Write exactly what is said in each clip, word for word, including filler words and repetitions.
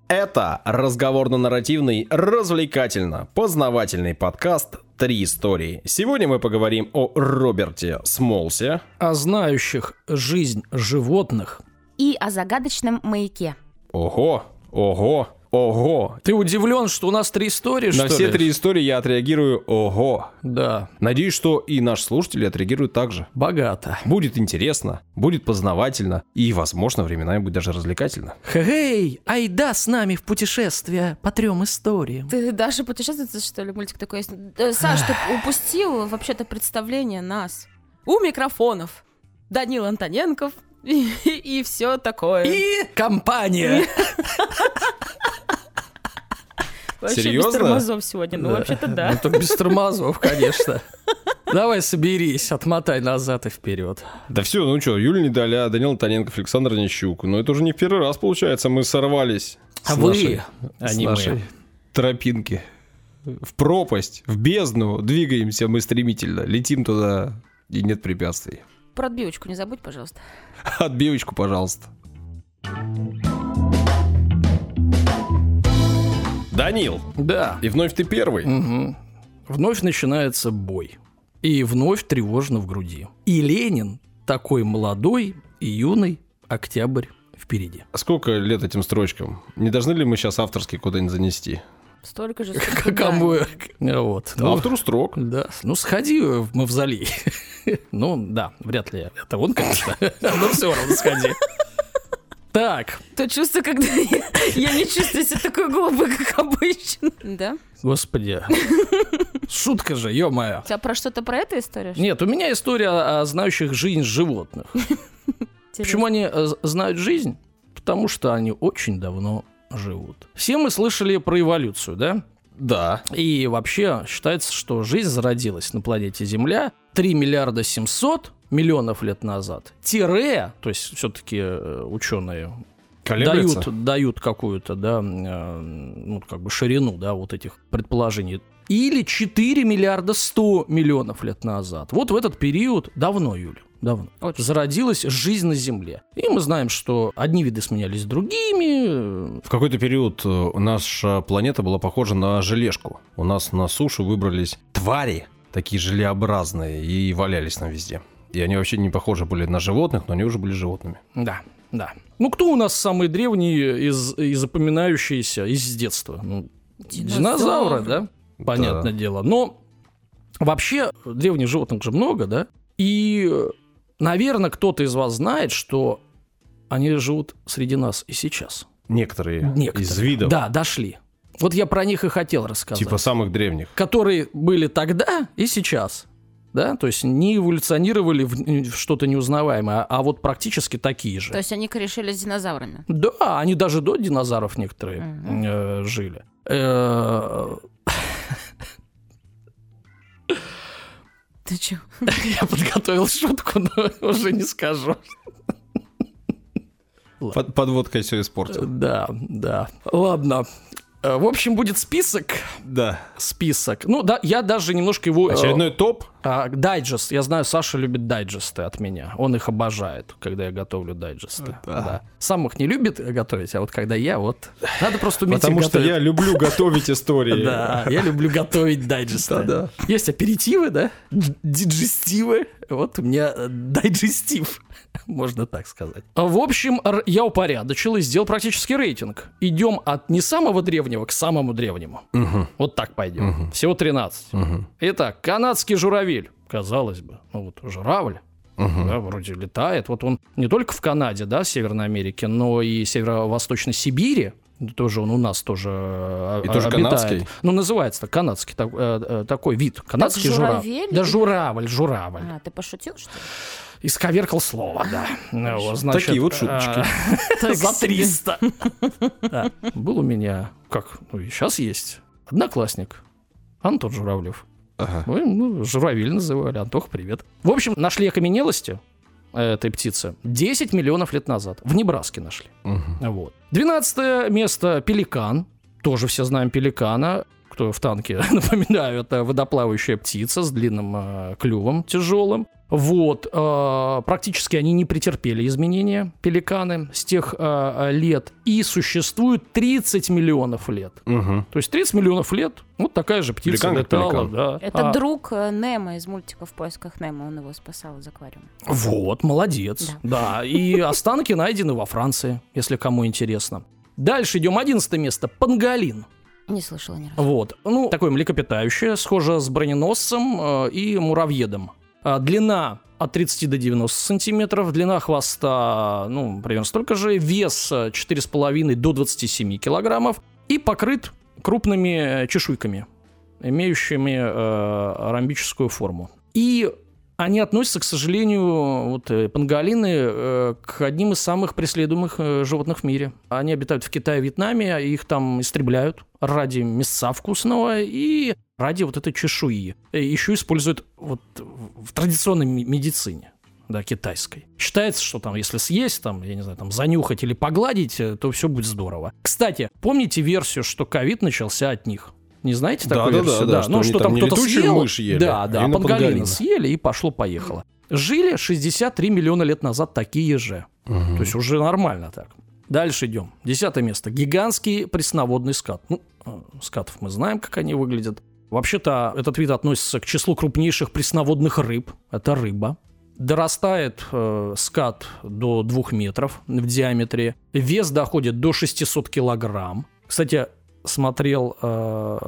Это разговорно-нарративный, развлекательно-познавательный подкаст «Три истории». Сегодня мы поговорим о Роберте Смолсе, о знающих жизнь животных и о загадочном маяке. Ого, ого, ого. Ты удивлен, что у нас три истории, что На ли? все три истории я отреагирую ого. Да. Надеюсь, что и наши слушатели отреагируют так же. Богато. Будет интересно, будет познавательно и, возможно, временами будет даже развлекательно. Хей, айда с нами в путешествие по трем историям. Ты даже путешественница, что ли, мультик такой есть? Э, Саш, ты упустил вообще-то представление нас. У микрофонов Данил Антоненков и, и все такое. И компания. Вообще Серьезно? без тормозов сегодня, ну вообще-то да. Ну, только без тормозов, конечно. Давай соберись, отмотай назад и вперед. Да все, ну что, Юлия Недоля, Данил Антоненков, Александр Нищук. Но это уже не в первый раз, получается, мы сорвались А с вы, нашей, а с не нашей мы. тропинки. В пропасть, в бездну двигаемся мы стремительно. Летим туда, и нет препятствий. Про отбивочку не забудь, пожалуйста. Отбивочку, пожалуйста. Данил, Да. и вновь ты первый. Угу. Вновь начинается бой. И вновь тревожно в груди. И Ленин такой молодой и юный, октябрь впереди. А сколько лет этим строчкам? Не должны ли мы сейчас авторские куда-нибудь занести? Столько же. Кому? Вот. Ну, Автору строк. Да. Ну, сходи в мавзолей. Ну, да, вряд ли. Это он, конечно. Но все равно сходи. Так. То чувство, когда я, я не чувствую себя такой глупой, как обычно. Да? Господи. Шутка же, ё-моё. У тебя про что-то про эту историю? Нет, у меня история о знающих жизнь животных. Почему они э, знают жизнь? Потому что они очень давно живут. Все мы слышали про эволюцию, да? Да. И вообще считается, что жизнь зародилась на планете Земля три миллиарда семьсот миллионов лет назад. Тире, то есть все-таки ученые дают, дают какую-то, да, э, ну, как бы ширину, да, вот этих предположений. Или четыре миллиарда сто миллионов лет назад. Вот в этот период, давно, Юля, давно, Очень. зародилась жизнь на Земле. И мы знаем, что одни виды сменялись другими. В какой-то период наша планета была похожа на желешку. У нас на суше выбрались твари, такие желеобразные, и валялись там везде. И они вообще не похожи были на животных, но они уже были животными. Да, да. Ну, кто у нас самый древний из, и запоминающийся из детства? Ну, динозавры, да? Понятное Да. дело. Но вообще древних животных же много, да? И, наверное, кто-то из вас знает, что они живут среди нас и сейчас. Некоторые, Некоторые. из видов, Да, дошли. Вот я про них и хотел рассказать. типа самых древних. Которые были тогда и сейчас. Да, то есть не эволюционировали в, в что-то неузнаваемое, а, а вот практически такие же. То есть они корешили с динозаврами? Да, они даже до динозавров некоторые Мгм. э, жили. Э, Ты чё? Я подготовил шутку, но уже не скажу. Под, подводкой все испортил. Да, да. Ладно. Э, В общем, будет список. Да. Список. Ну, да, я даже немножко его... э, Очередной топ. а, дайджест. Я знаю, Саша любит дайджесты от меня. Он их обожает, когда я готовлю дайджесты. Да. Да. Сам их не любит готовить, а вот когда я, вот... Надо просто уметь Потому их что готовить. я люблю готовить истории. Да, я люблю готовить дайджесты. Да-да. Есть аперитивы, да, диджестивы. Вот у меня э, дайджестив, можно так сказать. В общем, р- я упорядочил и сделал практически рейтинг. Идем от не самого древнего к самому древнему. Мгм. Вот так пойдем. Мгм. Всего тринадцать. Мгм. Итак, канадский журавель. Казалось бы, ну вот журавль. Мгм. Да, вроде летает. Вот он не только в Канаде, да, в Северной Америке, но и в Северо-Восточной Сибири. Тоже он у нас тоже э, И тоже обитает. канадский? Ну, называется так, канадский так- э, э, такой вид. Канадский Так журавль. журавель Да, или- журавль, журавль. А, ты пошутил, что ли? Исковеркал слово, да. Ну, вот, значит, Такие вот шуточки. э, За триста. Да. Был у меня, как, ну и сейчас есть, одноклассник Антон Журавлев. Ага. Мы, ну, журавель называли. Антох, привет. В общем, нашли окаменелости этой птицы десять миллионов лет назад. В Небраске нашли. Мгм. Вот. двенадцатое место пеликан. Тоже все знаем пеликана. Кто в танке, напоминаю, это водоплавающая птица с длинным э, клювом тяжелым. Вот, э, практически они не претерпели изменения, пеликаны, с тех э, лет. И существуют тридцать миллионов лет. Угу. То есть тридцать миллионов лет, вот такая же птица Пеликан, летала. Да. Это А, друг э, Немо из мультика «В поисках Немо», он его спасал из аквариума. Вот, молодец. Да. да, и останки найдены во Франции, если кому интересно. Дальше идем, одиннадцатое место, панголин. Не слышала ни разу. Вот, ну, такое млекопитающее, схоже с броненосцем э, и муравьедом. А, длина от тридцати до девяноста сантиметров, длина хвоста, ну, примерно столько же, вес четыре с половиной до двадцати семи килограммов и покрыт крупными чешуйками, имеющими э, ромбическую форму. И они относятся, к сожалению, вот, панголины, э, к одним из самых преследуемых э, животных в мире. Они обитают в Китае, Вьетнаме, их там истребляют ради мяса вкусного и ради вот этой чешуи. И еще используют вот в традиционной медицине, да, китайской. Считается, что там, если съесть, там, я не знаю, там, занюхать или погладить, то все будет здорово. Кстати, помните версию, что ковид начался от них? Не знаете такую да, версию? Да, да, да. что Ну, что там не кто-то съел. Мышь ели, да, да, а а панголина панголина съели и пошло-поехало. Жили шестьдесят три миллиона лет назад такие же. Угу. То есть уже нормально так. Дальше идем. Десятое место. Гигантский пресноводный скат. Ну, скатов мы знаем, как они выглядят. Вообще-то этот вид относится к числу крупнейших пресноводных рыб. Это рыба. Дорастает э, скат до двух метров в диаметре. Вес доходит до шестисот килограмм. Кстати, смотрел э,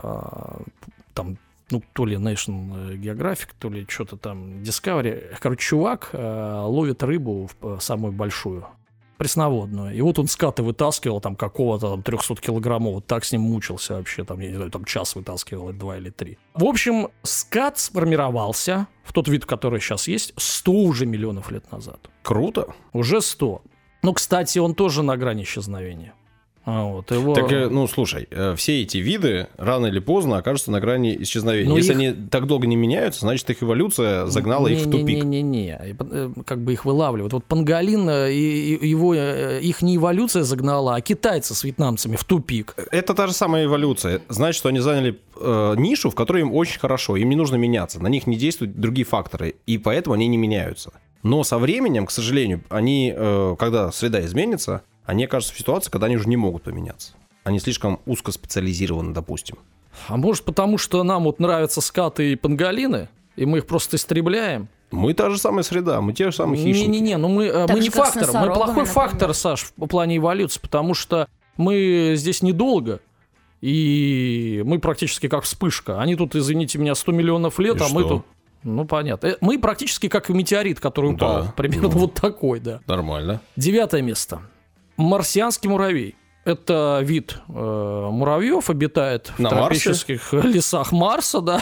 там, ну, то ли National Geographic, то ли что-то там Discovery. Короче, чувак э, ловит рыбу в, самую большую, пресноводную. И вот он скаты вытаскивал там какого-то там трехсоткилограммового. Так с ним мучился вообще. Там, я не знаю, там час вытаскивал, два или три. В общем, скат сформировался в тот вид, который сейчас есть, сто уже миллионов лет назад. Круто. Уже сто. Ну, кстати, он тоже на грани исчезновения. А вот его... Так, ну, слушай, все эти виды рано или поздно окажутся на грани исчезновения. Но Если их... они так долго не меняются, значит, их эволюция загнала не, их в не, тупик. Не-не-не, как бы их вылавливают. Вот панголин, его, их не эволюция загнала, а китайцы с вьетнамцами в тупик. Это та же самая эволюция. Значит, что они заняли э, нишу, в которой им очень хорошо, им не нужно меняться, на них не действуют другие факторы, и поэтому они не меняются. Но со временем, к сожалению, они, э, когда среда изменится, они окажутся в ситуации, когда они уже не могут поменяться. Они слишком узкоспециализированы, допустим. А может, потому что нам вот нравятся скаты и панголины, и мы их просто истребляем? Мы та же самая среда, мы те же самые хищники. Не-не-не, ну мы, мы не фактор, мы плохой фактор, Саш, в плане эволюции, потому что мы здесь недолго, и мы практически как вспышка. Они тут, извините меня, сто миллионов лет, и а что? мы тут... Ну, понятно. Мы практически как метеорит, который упал. Да, примерно ну, вот такой, да. Нормально. Девятое место. Марсианский муравей. Это вид э, муравьев, обитает в На тропических Марсе? лесах Марса, да.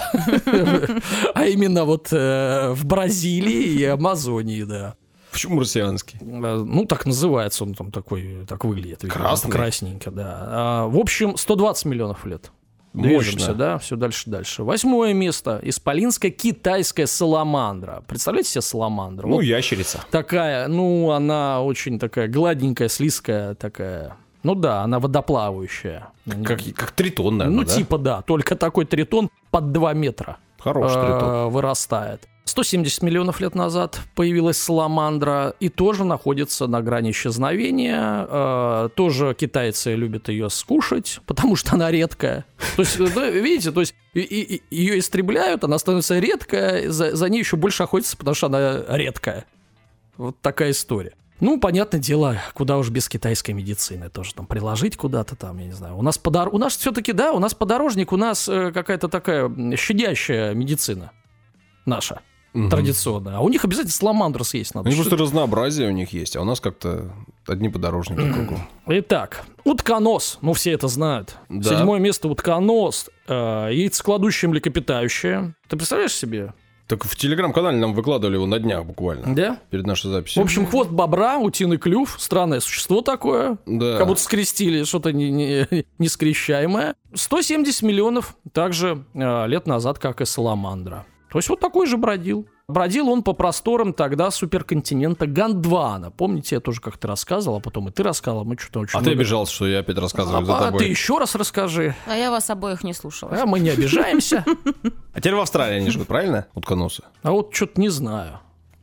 А именно вот в Бразилии и Амазонии, да. Почему марсианский? Ну, так называется он, там такой, так выглядит. Красный? Красненько, да. В общем, сто двадцать миллионов лет. Движемся, да, все дальше, дальше. Восьмое место. Исполинская китайская саламандра. Представляете себе саламандру? Ну, вот ящерица. Такая, ну, она очень такая гладенькая, слизкая такая. Ну да, она водоплавающая. Как, как тритон, наверное, Ну, да? типа, да. Только такой тритон под два метра. Хороший тритон. Вырастает. сто семьдесят миллионов лет назад появилась саламандра и тоже находится на грани исчезновения. Э, тоже китайцы любят ее скушать, потому что она редкая. То есть, видите, то есть и, и, ее истребляют, она становится редкая, за, за ней еще больше охотятся, потому что она редкая. Вот такая история. Ну, понятное дело, куда уж без китайской медицины. Тоже там приложить куда-то там, я не знаю. У нас, подор... у нас все-таки, да, у нас подорожник, у нас э, какая-то такая щадящая медицина наша. Угу. Традиционная. А у них обязательно саламандру съесть надо. У них просто разнообразие у них есть, а у нас как-то одни подорожники кругом. Итак, утконос. Ну, все это знают. Да. Седьмое место утконос. Э, яйцекладущее млекопитающее. Ты представляешь себе? Так в телеграм-канале нам выкладывали его на днях буквально. Да? Перед нашей записью. В общем, хвост бобра, утиный клюв. Странное существо такое. Да. Как будто скрестили что-то не, не, не скрещаемое. сто семьдесят миллионов также э, лет назад, как и саламандра. То есть вот такой же бродил. Бродил он по просторам тогда суперконтинента Гондвана. Помните, я тоже как-то рассказывал, а потом и ты рассказывал. Мы что-то очень а много... ты обижался, что я опять рассказываю а, за тобой. А ты еще раз расскажи. А я вас обоих не слушала. А мы не обижаемся. А теперь в Австралии они живут, правильно? Утконосы. А вот что-то не знаю.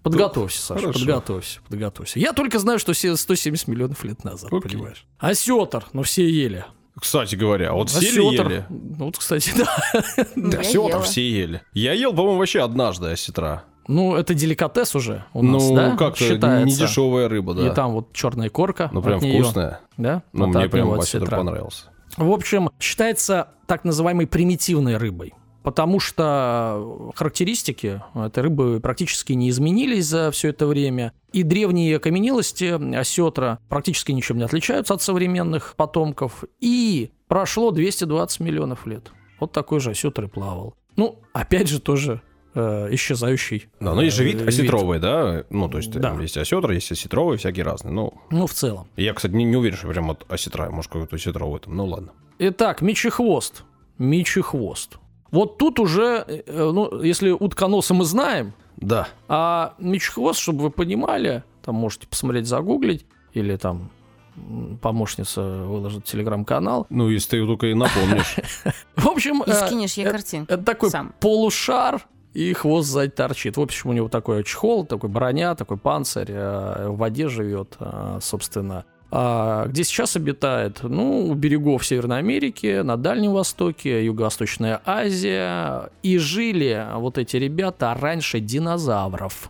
Подготовься, Саша, Хорошо. подготовься, подготовься. Я только знаю, что все сто семьдесят миллионов лет назад, Окей. понимаешь. Осетр, ну все ели. Кстати говоря, вот все Осетр. ели. Ну, вот, кстати, да. Ну, я Осетр ела. все ели. Я ел, по-моему, вообще однажды осетра. Ну, это деликатес уже у нас, Ну, да? как-то считается. не дешевая рыба, да. И там вот черная корка. Ну, прям от неё, вкусная. Да? Ну, Вот мне от прям него, от осетр осетра. понравился. В общем, считается так называемой примитивной рыбой. Потому что характеристики этой рыбы практически не изменились за все это время. И древние окаменелости осетра практически ничем не отличаются от современных потомков. И прошло двести двадцать миллионов лет. Вот такой же осетр и плавал. Ну, опять же, тоже э, исчезающий. Да, но есть же вид э, осетровый, да? Ну, то есть Да. есть осетр, есть осетровый, всякие разные. Ну, Ну, в целом. я, кстати, не, не уверен, что прям от осетра, может, какой-то осетровый там. Ну, ладно. Итак, мечехвост. Мечехвост. Вот тут уже, э, ну, если утконоса мы знаем, Да. а мечехвост, чтобы вы понимали, там можете посмотреть, загуглить, или там м, помощница выложит телеграм-канал. Ну, если ты только и напомнишь. В общем, И э, скинешь ей э, картинку это такой сам. полушар, и хвост сзади торчит. В общем, у него такой чехол, такой броня, такой панцирь, э, в воде живет, э, собственно. А где сейчас обитает? Ну, у берегов Северной Америки, на Дальнем Востоке, Юго-Восточная Азия. И жили вот эти ребята раньше динозавров.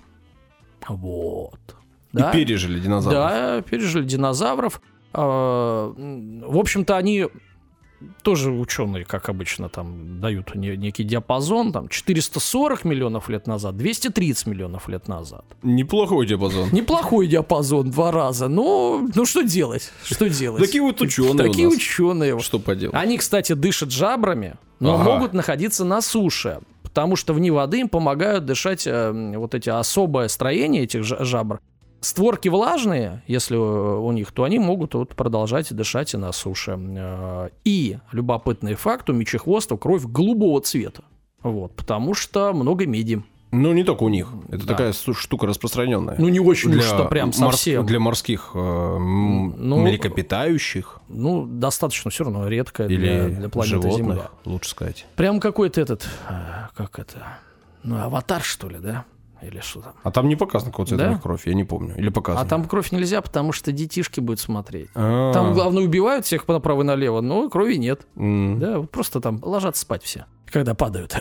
Вот. И пережили динозавров. Да, пережили динозавров. А, В общем-то, они тоже ученые, как обычно, там дают не- некий диапазон, там четыреста сорок миллионов лет назад, двести тридцать миллионов лет назад. Неплохой диапазон. Неплохой диапазон, два раза. Но, ну что делать? Что делать? Такие вот ученые Такие у нас. ученые. Что поделать? Они, кстати, дышат жабрами, но Ага. могут находиться на суше, потому что вне воды им помогают дышать э, вот эти особое строение этих жа- жабр. Створки влажные, если у них, то они могут вот продолжать дышать и на суше. Э, И любопытный факт, у мечехвостов кровь голубого цвета. Вот, потому что много меди. Ну, не только у них. Это Да. такая су- штука распространенная. Ну, не очень для уж что прям морс- совсем. Для морских э, м, Ну, млекопитающих Ну, достаточно все равно редко или для, для планеты животных, Земля. лучше сказать. Прям какой-то этот, э, как это, ну, аватар, что ли, да? Или что там? А там не показано, какого цвета Да? у них кровь, я не помню. Или показано. А там кровь нельзя, потому что детишки будут смотреть. А, Там, главное, убивают всех направо и налево, но крови нет. м. Да, вот просто там ложатся спать все, когда падают.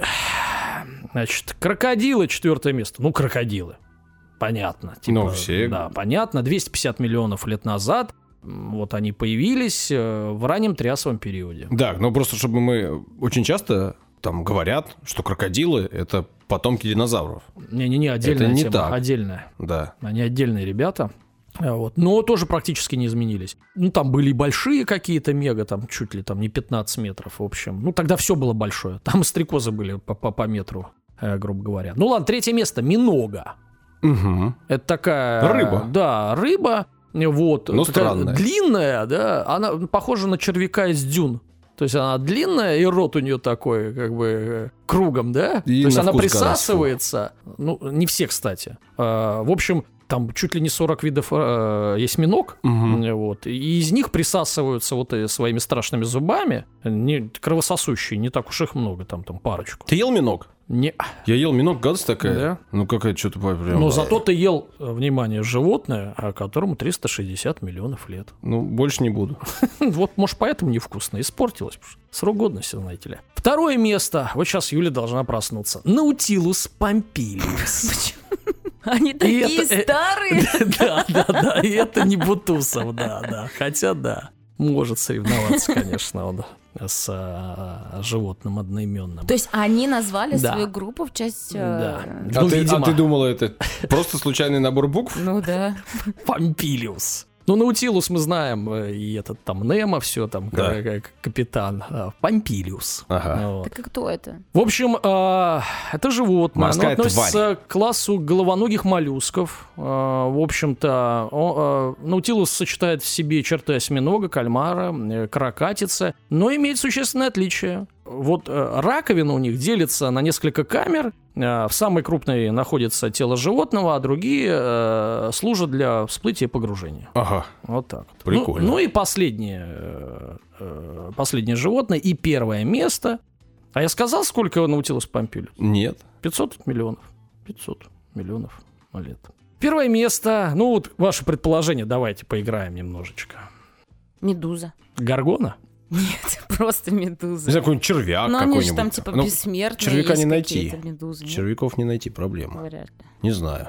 Значит, крокодилы, четвертое место. Ну, крокодилы. Понятно. Типа, Ну, все- Да, понятно. двести пятьдесят миллионов лет назад м, вот они появились э, в раннем триасовом периоде. Да, ну просто чтобы мы очень часто там говорят, что крокодилы это потомки динозавров. Не-не-не, отдельная Это не тема, так. отдельная. Да. Они отдельные ребята. А Вот. Но тоже практически не изменились. Ну, там были и большие какие-то мега, там чуть ли там не пятнадцать метров, в общем. Ну, тогда все было большое. Там стрекозы были по, по, по метру, э, грубо говоря. Ну, ладно, третье место. Минога. Угу. Это такая... Рыба. Да, рыба. Вот. Но такая странная. длинная, да. Она похожа на червяка из дюн. То есть она длинная, и рот у нее такой, как бы, э, кругом, да? И То есть на она вкус присасывается. Ну, не все, кстати. А, в общем, там чуть ли не сорок видов э, есть миног. Угу. Вот, и из них присасываются вот э, своими страшными зубами, не, кровососущие, не так уж их много, там, там парочку. Ты ел миног? Не, Я ел миног, гадость такая. Да? Ну какая что-то прям. но зато ты ел, э, внимание, животное, а которому триста шестьдесят миллионов лет. Ну больше не буду. Вот, может, поэтому невкусно, испортилось. потому что Срок годности, знаете ли. Второе место, вот сейчас Юля должна проснуться. Наутилус помпилиус. Они такие это, э, старые. Да, да, да, и это не Бутусов, да, да. Хотя, да, может соревноваться, конечно, он с а, животным одноименным. То есть они назвали Да. свою группу в честь... э, Да. А, Ну, ты, а видимо. ты думала, это просто случайный набор букв? Ну да. Помпилиус. Ну, Наутилус мы знаем, э, и этот там Немо, все там, Да. как, как капитан. А, Помпилиус. Ага. Вот. Так и кто это? В общем, а, это животное. Морская Оно относится к классу головоногих моллюсков. А, В общем-то, о- а, Наутилус сочетает в себе черты осьминога, кальмара, э, каракатицы, но имеет существенное отличие. Вот э, раковина у них делится на несколько камер. Э, В самой крупной находится тело животного, а другие э, служат для всплытия и погружения. Ага. Вот так. вот. Прикольно. Ну, ну и последнее, э, э, последнее животное и первое место. А я сказал, сколько Наутилус помпилиус? Нет. пятьсот миллионов. пятьсот миллионов лет. Первое место, ну вот ваше предположение, давайте поиграем немножечко. Медуза. Горгона? Нет, просто медуза. Не знаю, какой-нибудь червяк ну, какой-нибудь. они же там типа ну, бессмертные. червяка не найти. Медузы, Червяков не найти, проблема. Вряд ли. Не знаю.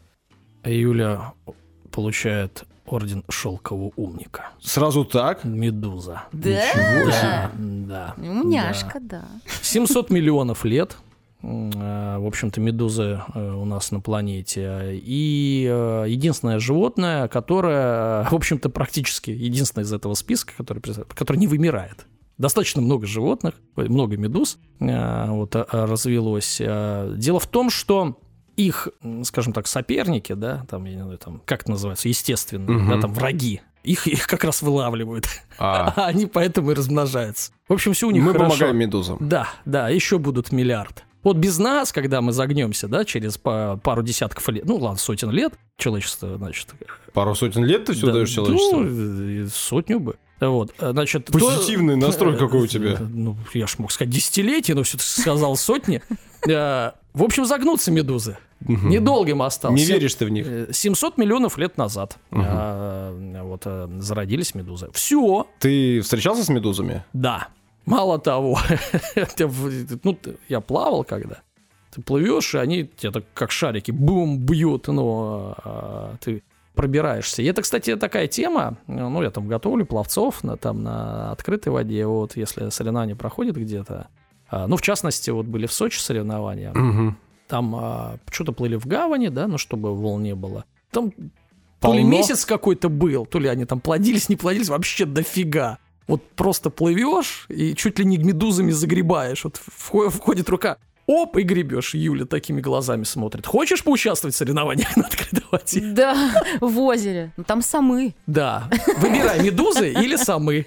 Юля получает орден шелкового умника. Сразу так? Медуза. Да? Ничего себе. Да, да. Умняшка, да. семьсот миллионов лет. В общем-то, медузы у нас на планете. И единственное животное, которое, в общем-то, практически единственное из этого списка, которое, которое не вымирает. Достаточно много животных, много медуз вот, развелось. Дело в том, что их, скажем так, соперники, да, там, я не знаю, там, как это называется, естественные, угу. да, там, враги, их, их как раз вылавливают, а. а они поэтому и размножаются. В общем, все у них мы хорошо. Мы помогаем медузам. Да, да, еще будут миллиард. Вот без нас, когда мы загнемся, да, через пару десятков лет, ну ладно, сотен лет, человечество, значит... Пару сотен лет ты все да, даешь человечеству? Ну, сотню бы. Вот, значит... Позитивный то... настрой какой у тебя. Ну, я ж мог сказать десятилетие, но все-таки сказал сотни. В общем, загнутся медузы. Недолго им осталось. Не веришь ты в них? семьсот миллионов лет назад вот зародились медузы. Все. Ты встречался с медузами? Да. Мало того, ну, я плавал когда. Ты плывешь, и они тебя так, как шарики, бум, бьют, но а, ты пробираешься. И это, кстати, такая тема, ну, я там готовлю пловцов на, там, на открытой воде, вот, если соревнования проходят где-то. А, ну, в частности, вот были в Сочи соревнования. Угу. Там а, что-то плыли в гавани, да, ну, чтобы волн не было. Там Полно? То ли месяц какой-то был, то ли они там плодились, не плодились, вообще дофига. Вот просто плывешь и чуть ли не медузами загребаешь. Вот входит рука, оп, и гребешь. Юля такими глазами смотрит. Хочешь поучаствовать в соревнованиях на открытой воде? Да, в озере. Ну, там самы. Да. Выбирай, медузы или самы.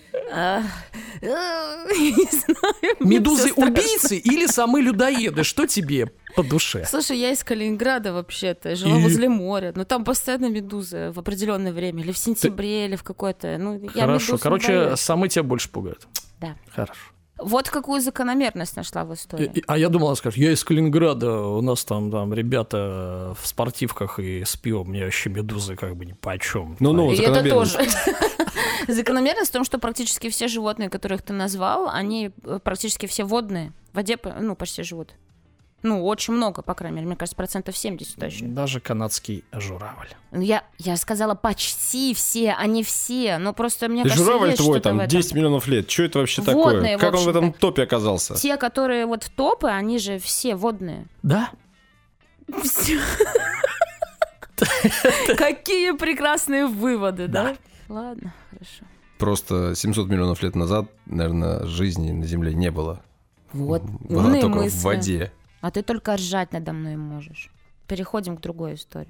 Медузы-убийцы или самы-людоеды? Что тебе по душе? Слушай, я из Калининграда вообще-то, я жила и... возле моря, но там постоянно медузы в определенное время, или в сентябре, Ты... или в какое-то... Ну, Хорошо, короче, самы тебя больше пугают. Да. Хорошо. Вот какую закономерность нашла в истории. И, а я думала, скажешь, я из Калининграда, у нас там, там ребята в спортивках и с пивом, мне вообще медузы как бы ни по чем. Ну-ну, и это тоже. Закономерность в том, что практически все животные, которых ты назвал, они практически все водные. В воде, ну, почти живут. Ну, очень много, по крайней мере, мне кажется, процентов семьдесят точно. Даже канадский журавль. Я, я сказала почти все, а не все. Но просто мне кажется, журавль есть твой что-то там в этом. десять миллионов лет. Что это вообще водные, такое? Как в он в этом топе оказался? Те, которые вот в топы, они же все водные. Да? Какие прекрасные выводы, да? Ладно, хорошо. Просто семьсот миллионов лет назад, наверное, жизни на Земле не было. Вот, умные только мысли. В воде. А ты только ржать надо мной можешь. Переходим к другой истории.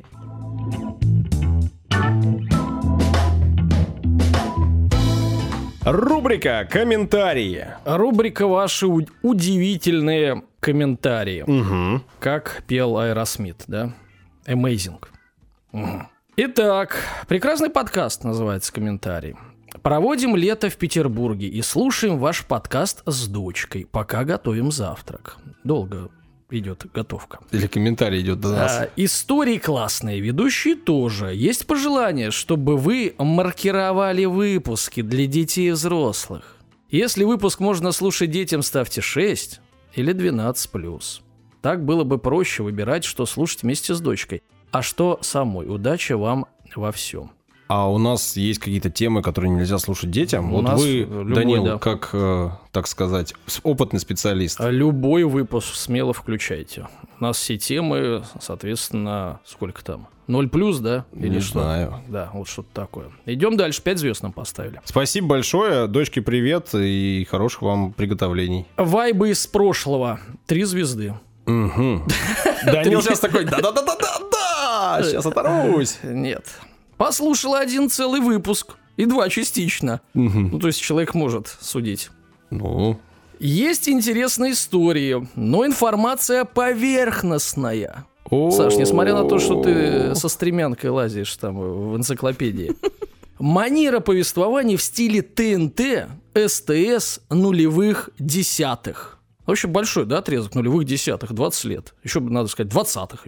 Рубрика «Комментарии». Рубрика «Ваши удивительные комментарии». Угу. Как пел Аэросмит, да? Amazing. Угу. Итак, прекрасный подкаст называется «Комментарий». Проводим лето в Петербурге и слушаем ваш подкаст с дочкой, пока готовим завтрак. Долго идет готовка. Или комментарий идет до нас. А, истории классные, ведущие тоже. Есть пожелание, чтобы вы маркировали выпуски для детей и взрослых. Если выпуск можно слушать детям, ставьте шесть или двенадцать плюс. Так было бы проще выбирать, что слушать вместе с дочкой, а что самой. Удачи вам во всем. А у нас есть какие-то темы, которые нельзя слушать детям? У вот вы, любой, Данил, да. как, э, так сказать, опытный специалист. Любой выпуск смело включайте. У нас все темы, соответственно, сколько там? Ноль плюс, да? Или Не что? знаю. Да, вот что-то такое. Идем дальше. Пять звезд нам поставили. Спасибо большое. Дочке привет и хороших вам приготовлений. Вайбы из прошлого. Три звезды. Угу. Данил сейчас такой, да-да-да-да-да, сейчас оторвусь. Нет. Послушал один целый выпуск и два частично. Угу. Ну, то есть человек может судить. Ну. Есть интересные истории, но информация поверхностная. О-о-о. Саш, несмотря на то, что ты со стремянкой лазишь там в энциклопедии. Манера повествования в стиле ТНТ, СТС нулевых десятых. Вообще большой, да, отрезок нулевых десятых, двадцать лет. Еще бы, надо сказать, двадцатых еще.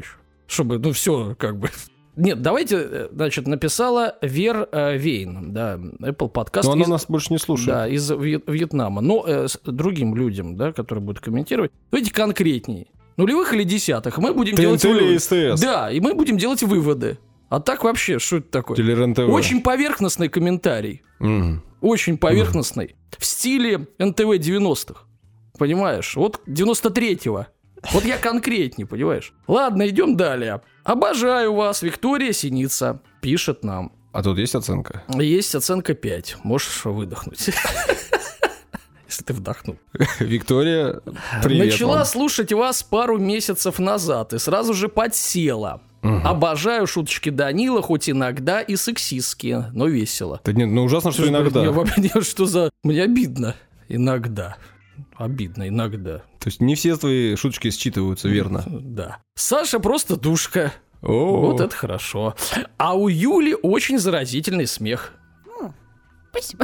чтобы, ну, все как бы... Нет, давайте, значит, написала Вер э, Вейн, да, Apple подкаст. Но она из, нас больше не слушает. Да, из Вьет, Вьетнама. Но э, с другим людям, да, которые будут комментировать, давайте конкретней. Нулевых или десятых. Мы будем делать выводы. ТНТ Да, и мы будем делать выводы. А так вообще, что это такое? Теле-РЕН-ТВ. Очень поверхностный комментарий. Mm. Очень поверхностный. Mm. В стиле эн тэ вэ девяностых. Понимаешь? Вот девяносто третьего. Вот я конкретней, понимаешь? Ладно, идем далее. Обожаю вас, Виктория Синица пишет нам. А тут есть оценка? Есть оценка пять. Можешь выдохнуть. Если ты вдохнул. Виктория, привет. Начала вам. слушать вас пару месяцев назад и сразу же подсела. Угу. Обожаю шуточки Данила, хоть иногда и сексистские, но весело. Да нет, ну ужасно, что, что иногда. Мне, что за... Мне обидно. Иногда. Обидно, иногда. То есть не все твои шуточки считываются, верно? Да. Саша просто душка. О-о-о. Вот это хорошо. А у Юли очень заразительный смех. О, спасибо.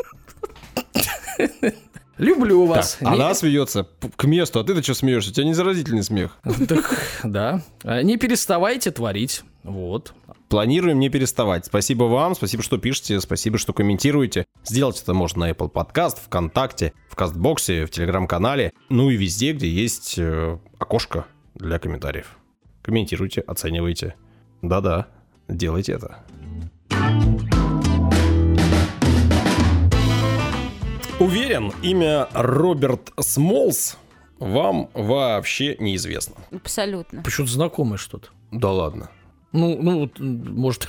Люблю вас. Так, она смеется к месту, а ты-то что смеешься? У тебя не заразительный смех. Так, да. Не переставайте творить. Вот. Планируем не переставать. Спасибо вам, спасибо, что пишете, спасибо, что комментируете. Сделать это можно на Apple Podcast, ВКонтакте, в Кастбоксе, в Телеграм-канале, ну и везде, где есть э, окошко для комментариев. Комментируйте, оценивайте. Да-да, делайте это. Уверен, имя Роберт Смолс вам вообще неизвестно. Абсолютно. Почему-то знакомое что-то. Да ладно. Ну, ну, может,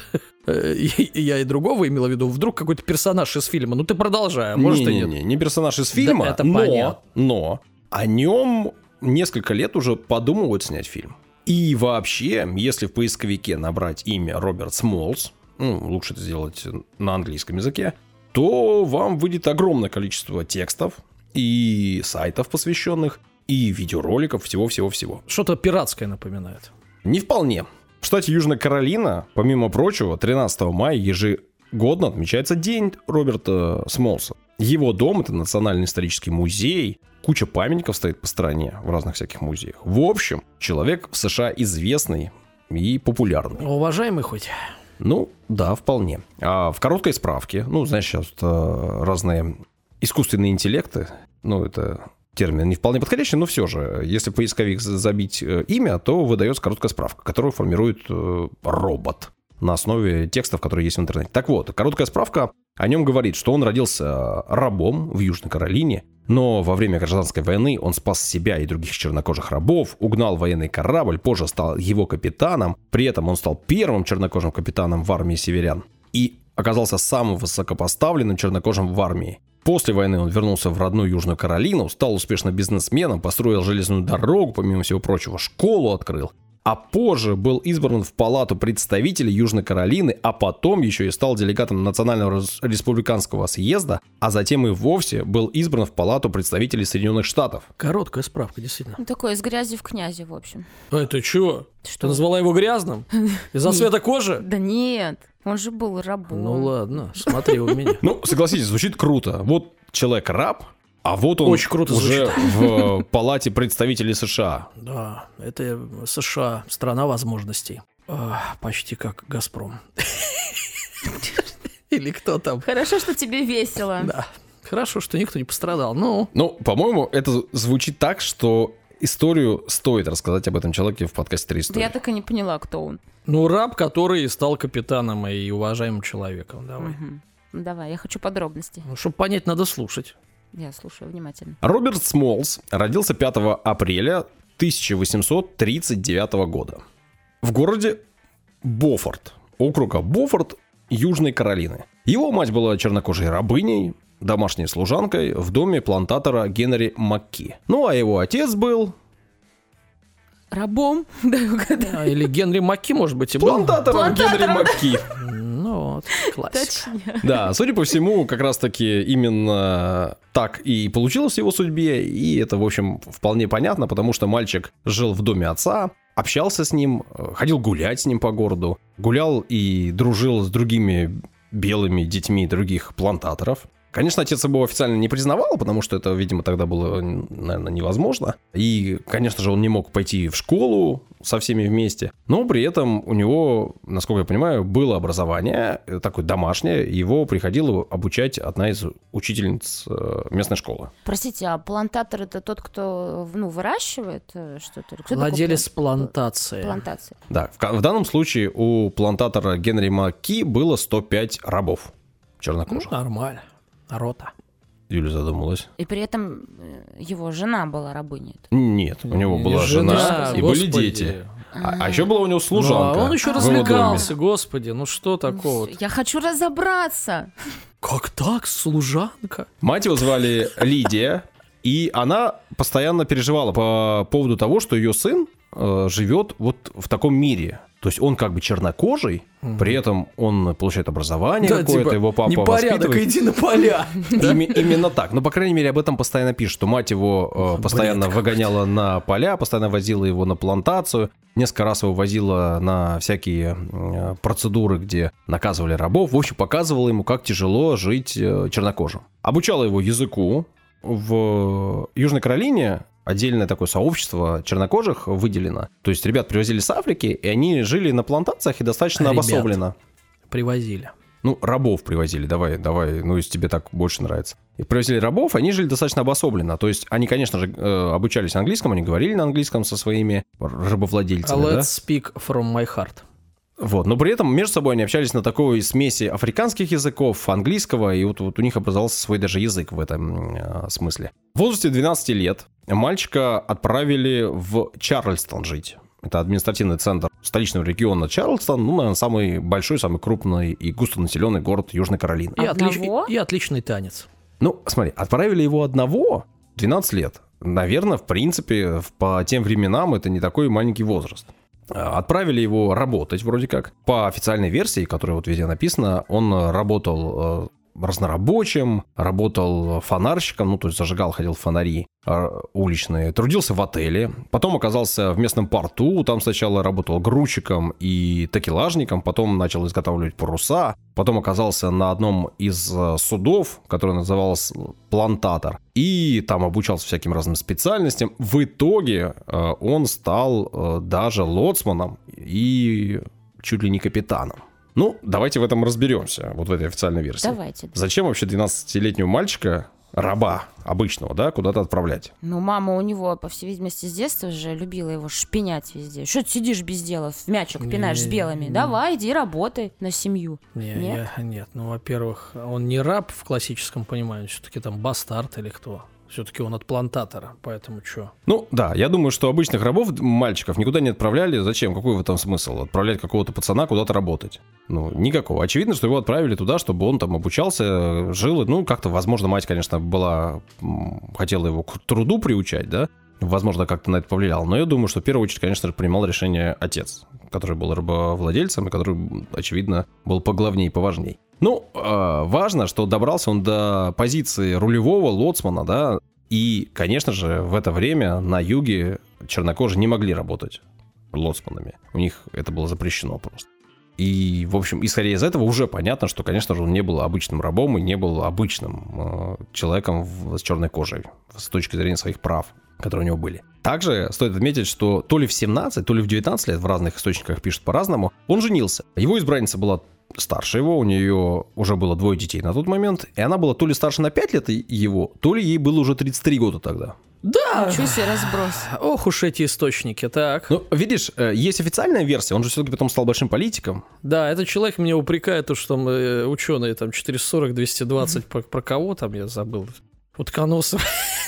я и другого имела в виду. Вдруг какой-то персонаж из фильма. Ну, ты продолжай, а может и нет. Не-не-не, не персонаж из фильма, да, это но, понятно. но о нем несколько лет уже подумывают снять фильм. И вообще, если в поисковике набрать имя Роберт Смолс, ну, лучше это сделать на английском языке, то вам выйдет огромное количество текстов и сайтов посвященных, и видеороликов, всего-всего-всего. Что-то пиратское напоминает. Не вполне. В штате Южная Каролина, помимо прочего, тринадцатого мая ежегодно отмечается День Роберта Смолса. Его дом — это Национальный исторический музей, куча памятников стоит по стране в разных всяких музеях. В общем, человек в США известный и популярный. Уважаемый хоть? Ну, да, вполне. А в короткой справке, ну, знаешь, сейчас разные искусственные интеллекты, ну, это... термин не вполне подходящий, но все же, если в поисковик забить имя, то выдается короткая справка, которую формирует э, робот на основе текстов, которые есть в интернете. Так вот, короткая справка о нем говорит, что он родился рабом в Южной Каролине, но во время гражданской войны он спас себя и других чернокожих рабов, угнал военный корабль, позже стал его капитаном, при этом он стал первым чернокожим капитаном в армии северян и оказался самым высокопоставленным чернокожим в армии. После войны он вернулся в родную Южную Каролину, стал успешным бизнесменом, построил железную дорогу, помимо всего прочего, школу открыл. А позже был избран в Палату представителей Южной Каролины, а потом еще и стал делегатом Национального республиканского съезда, а затем и вовсе был избран в Палату представителей Соединенных Штатов. Короткая справка, действительно. Ну, такое, из грязи в князи, в общем. А это чего? Что? Ты назвала его грязным? Из-за цвета кожи? Да нет, он же был рабом. Ну ладно, смотри у меня. Ну, согласитесь, звучит круто. Вот человек раб, а вот он очень круто уже звучит. в Палате представителей США. Да, это США, страна возможностей. А, почти как «Газпром». Или кто там. Хорошо, что тебе весело. Да, хорошо, что никто не пострадал. Ну, Ну, по-моему, это звучит так, что историю стоит рассказать об этом человеке в подкасте «Три истории». Да я так и не поняла, кто он. ну, раб, который стал капитаном и уважаемым человеком. Давай. Угу. Давай, я хочу подробностей. Ну, чтобы понять, надо слушать. Я слушаю внимательно. Роберт Смолс родился пятого апреля тысяча восемьсот тридцать девятого года в городе Бофорт, округа Бофорт, Южной Каролины. Его мать была чернокожей рабыней, домашней служанкой в доме плантатора Генри Макки. Ну, а его отец был... Рабом? Дай угадаю. А, или Генри Макки, может быть, и был. Плантатором Генри Макки. Ну, вот, классика. Точнее. Да, судя по всему, как раз-таки именно так и получилось в его судьбе, и это, в общем, вполне понятно, потому что мальчик жил в доме отца, общался с ним, ходил гулять с ним по городу, гулял и дружил с другими белыми детьми других плантаторов. Конечно, отец его официально не признавал, потому что это, видимо, тогда было, наверное, невозможно. И, конечно же, он не мог пойти в школу со всеми вместе. Но при этом у него, насколько я понимаю, было образование, такое домашнее. Его приходила обучать одна из учительниц местной школы. Простите, а плантатор — это тот, кто, ну, выращивает что-то? Кто Владелец плантации. Плантации. Да, в, в данном случае у плантатора Генри Макки было сто пять рабов чернокожих. Ну, нормально. Рота. Юля задумалась. И при этом его жена была рабыней. Нет, у него была жена, жена и господи. были дети. А, а еще была у него служанка. Ну, а он еще развлекался, господи, ну что такого? Я хочу разобраться. Как так, служанка? Мать его звали Лидия, и она постоянно переживала по поводу того, что ее сын э, живет вот в таком мире. То есть он как бы чернокожий, mm-hmm. при этом он получает образование да, какое-то, типа, его папа непорядок, воспитывает. Иди на поля. Именно так. Но, по крайней мере, об этом постоянно пишут, что мать его постоянно выгоняла на поля, постоянно возила его на плантацию, несколько раз его возила на всякие процедуры, где наказывали рабов. В общем, показывала ему, как тяжело жить чернокожим. Обучала его языку. В Южной Каролине отдельное такое сообщество чернокожих выделено. То есть ребят привозили с Африки, и они жили на плантациях и достаточно а обособленно. Привозили. Ну, рабов привозили, давай, давай, ну, если тебе так больше нравится. И привозили рабов, они жили достаточно обособленно. То есть они, конечно же, обучались английскому, они говорили на английском со своими рабовладельцами. Let's да? speak from my heart. Вот, но при этом между собой они общались на такой смеси африканских языков, английского, и вот, вот у них образовался свой даже язык в этом э, смысле. В возрасте двенадцати лет мальчика отправили в Чарльстон жить. Это административный центр столичного региона Чарльстон, ну, наверное, самый большой, самый крупный и густонаселенный город Южной Каролины. И, отлич... и отличный танец. Ну, смотри, отправили его одного, двенадцать лет. Наверное, в принципе, по тем временам это не такой маленький возраст. Отправили его работать вроде как. По официальной версии, которая вот везде написана, он работал разнорабочим, работал фонарщиком, ну, то есть зажигал, ходил в фонари уличные, трудился в отеле, потом оказался в местном порту, там сначала работал грузчиком и такелажником, потом начал изготавливать паруса, потом оказался на одном из судов, который назывался «Плантатор», и там обучался всяким разным специальностям. В итоге он стал даже лоцманом и чуть ли не капитаном. Ну, давайте в этом разберемся, вот в этой официальной версии. Давайте. Зачем вообще двенадцатилетнего мальчика, раба обычного, да, куда-то отправлять? Ну, мама у него, по всей видимости, с детства же любила его шпинять везде. Что ты сидишь без дела, в мячик пинаешь не, с белыми? Не, Давай, иди работай на семью. Не, нет? Я, нет, ну, во-первых, он не раб в классическом понимании, все-таки там бастард или кто. Все-таки он от плантатора, поэтому что? Ну, да, я думаю, что обычных рабов, мальчиков, никуда не отправляли. Зачем? Какой в этом смысл? Отправлять какого-то пацана куда-то работать? Ну, никакого. Очевидно, что его отправили туда, чтобы он там обучался, жил. Ну, как-то, возможно, мать, конечно, была... Хотела его к труду приучать, да? Возможно, как-то на это повлиял. Но я думаю, что в первую очередь, конечно же, принимал решение отец, который был рабовладельцем и который, очевидно, был поглавней и поважней. Ну, э, важно, что добрался он до позиции рулевого лоцмана, да, и, конечно же, в это время на юге чернокожие не могли работать лоцманами. У них это было запрещено просто. И, в общем, исходя из этого уже понятно, что, конечно же, он не был обычным рабом и не был обычным э, человеком в, с черной кожей с точки зрения своих прав, которые у него были. Также стоит отметить, что то ли в семнадцать, то ли в девятнадцать лет, в разных источниках пишут по-разному, он женился. Его избранница была старше его, у нее уже было двое детей на тот момент, и она была то ли старше на пять лет его, то ли ей было уже тридцать три года тогда. Да! Ничего себе разброс. Ох уж эти источники, так. Ну, видишь, есть официальная версия, он же все-таки потом стал большим политиком. Да, этот человек меня упрекает, то, что там э, ученые там четыреста сорок, двести двадцать, про, про кого там, я забыл. Утконосов.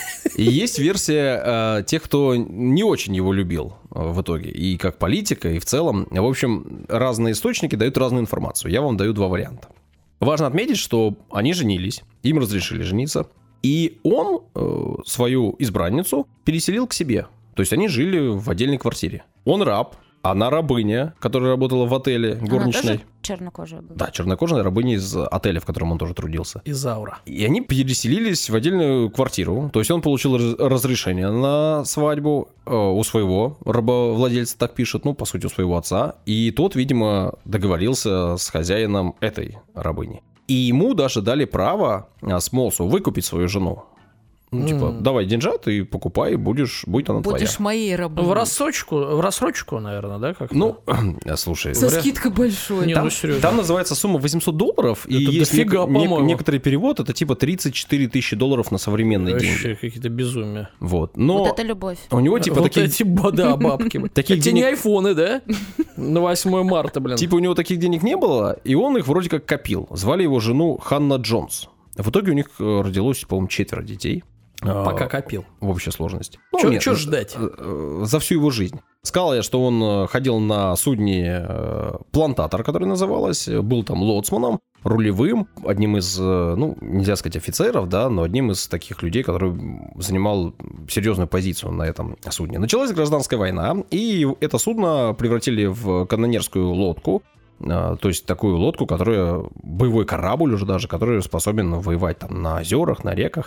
И есть версия э, тех, кто не очень его любил э, в итоге, и как политика, и в целом. В общем, разные источники дают разную информацию. Я вам даю два варианта. Важно отметить, что они женились, им разрешили жениться, и он э, свою избранницу переселил к себе. То есть они жили в отдельной квартире. Он раб, она рабыня, которая работала в отеле горничной. Она тоже чернокожая была? Да, чернокожая рабыня из отеля, в котором он тоже трудился. Изаура. И они переселились в отдельную квартиру. То есть он получил раз- разрешение на свадьбу э, у своего рабовладельца, так пишет, ну, по сути, у своего отца. И тот, видимо, договорился с хозяином этой рабыни. И ему даже дали право Смолсу выкупить свою жену. Ну, типа, mm. давай деньжат и покупай, будешь, будет она твоя. Будешь моей рабой. В рассрочку, в рассрочку, наверное, да? Как-то? Ну, слушай. Со скидкой большой. Не, там, ну, серьезно. Там называется сумма восемьсот долларов, это и есть дофига, нек- нек- некоторый перевод, это типа тридцать четыре тысячи долларов на современные Вообще деньги. какие-то безумия. Вот, но... Вот это любовь. У него типа вот таких... эти, да, бабки. Таких Эти денег... не айфоны, да? На восьмое марта, блин. Типа у него таких денег не было, и он их вроде как копил. Звали его жену Ханна Джонс. В итоге у них родилось, по-моему, четверо детей. Пока копил. В общей сложности. Что ну, ждать? За всю его жизнь. Сказал я, что он ходил на судне «Плантатор», который называлось, был там лоцманом, рулевым, одним из, ну, нельзя сказать офицеров, да, но одним из таких людей, который занимал серьезную позицию на этом судне. Началась гражданская война, и это судно превратили в канонерскую лодку, то есть такую лодку, которая, боевой корабль уже даже, который способен воевать там на озерах, на реках.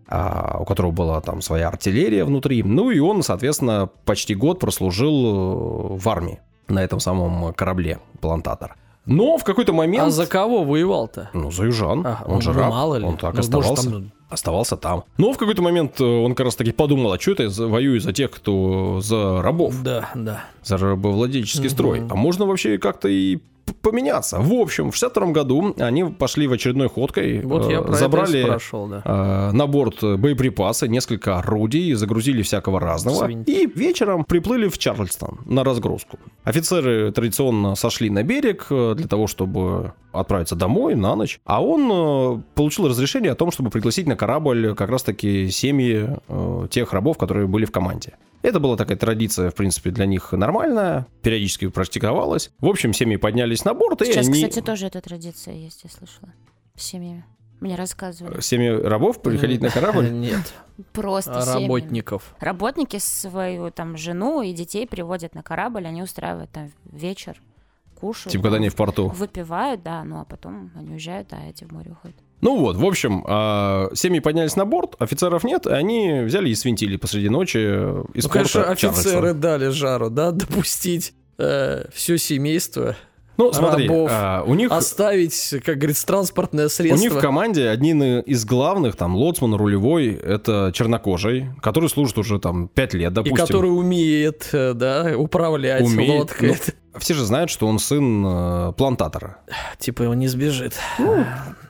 А, у которого была там своя артиллерия внутри. Ну и он, соответственно, почти год прослужил в армии на этом самом корабле «Плантатор». Но в какой-то момент... А за кого воевал-то? Ну, за южан. Ага, он же ну, раб. мало ли. Он так ну, оставался. Может, там... Оставался там. Но в какой-то момент он как раз таки подумал, а что это я воюю за тех, кто за рабов? Да, да. За рабовладельческий угу. строй. А можно вообще как-то и поменяться. В общем, в шестьдесят втором году они пошли в очередной ходкой, вот я про забрали это спрашивал, да. э, на борт боеприпасы, несколько орудий, загрузили всякого разного. Свинь. И вечером приплыли в Чарльстон на разгрузку. Офицеры традиционно сошли на берег для того, чтобы отправиться домой на ночь. А он э, получил разрешение о том, чтобы пригласить на корабль как раз-таки семьи э, тех рабов, которые были в команде. Это была такая традиция, в принципе, для них нормальная, периодически практиковалась. В общем, семьи поднялись на борт, и Сейчас, они... кстати, тоже эта традиция есть, я слышала. С семьями. Мне рассказывали. Семьи рабов приходить на корабль? Нет. Просто семьями. Работников. Работники свою там жену и детей приводят на корабль, они устраивают там вечер, кушают. Типа, когда они в порту. Выпивают, да, ну а потом они уезжают, а эти в море уходят. Ну вот, в общем, семьи поднялись на борт, офицеров нет, и они взяли и свинтили посреди ночи из ну, порта конечно, офицеры Чарльстон. дали жару, да, допустить э, все семейство. Ну, смотри, рабов, а, у них... оставить, как говорится, транспортное средство. У них в команде один из главных, там, лоцман, рулевой, это чернокожий, который служит уже там пять лет, допустим. И который умеет, да, управлять умеет, лодкой. Ну, все же знают, что он сын э, плантатора. Типа его не сбежит. Ну,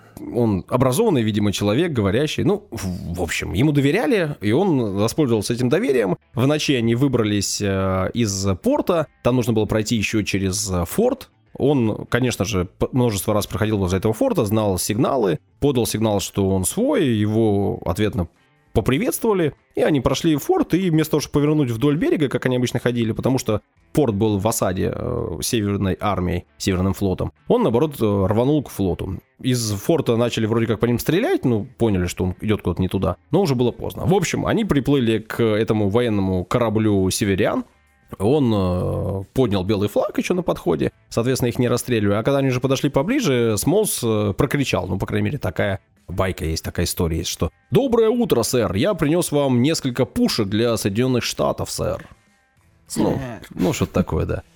он образованный, видимо, человек, говорящий. Ну, в, в общем, ему доверяли, и он воспользовался этим доверием. В ночи они выбрались э, из порта, там нужно было пройти еще через форт. Он, конечно же, множество раз проходил возле этого форта, знал сигналы, подал сигнал, что он свой, его ответно поприветствовали, и они прошли в форт, и вместо того, чтобы повернуть вдоль берега, как они обычно ходили, потому что порт был в осаде э, Северной армией, Северным флотом, он, наоборот, рванул к флоту. Из форта начали вроде как по ним стрелять, ну, поняли, что он идет куда-то не туда, но уже было поздно. В общем, они приплыли к этому военному кораблю «Северян», он э, поднял белый флаг еще на подходе, соответственно, их не расстреливали. А когда они уже подошли поближе, Смолс э, прокричал, ну, по крайней мере, такая байка есть, такая история есть, что «Доброе утро, сэр, я принес вам несколько пушек для Соединенных Штатов, сэр». Ну, ну, что-то такое, да.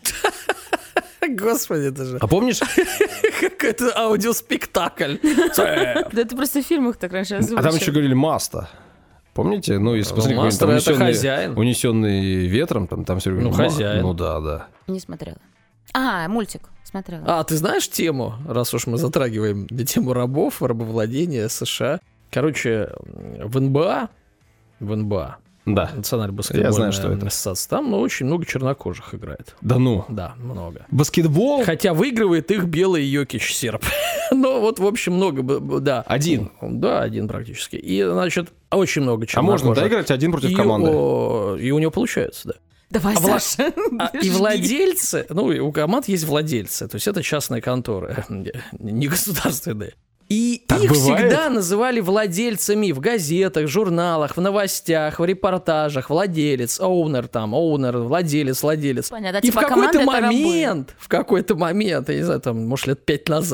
Господи, это же... А помнишь? Какой-то аудиоспектакль. Да это просто в фильмах так раньше озвучивали. А там еще говорили «Маста». Помните? Ну, если посмотреть, Мастер — это хозяин. Унесенный ветром, там, там все время... Ну, хозяин. Ну, да, да. Не смотрела. А, мультик смотрела. А, ты знаешь тему, раз уж мы затрагиваем тему рабов, рабовладения США? Короче, в эн бэ а, в эн бэ а, да. Национальная баскетбольная Я знаю, что это. ассоциация, там ну, очень много чернокожих играет. Да ну? Да, много. Баскетбол? Хотя выигрывает их белый Йокич серб. Ну, вот, в общем, много, да. Один? Да, один практически. И, значит, очень много чернокожих. А можно доиграть один против и, команды? О, и у него получается, да. Давай, а вла... Саша. а, и владельцы, ну, и у команд есть владельцы, то есть это частные конторы, не государственные. И так их бывает? Всегда называли владельцами в газетах, журналах, в новостях, в репортажах. Владелец, оунер там, оунер, владелец, владелец. Понятно, и типа в какой-то команда — это момент, в какой-то момент, я не знаю, там, может, лет пять назад,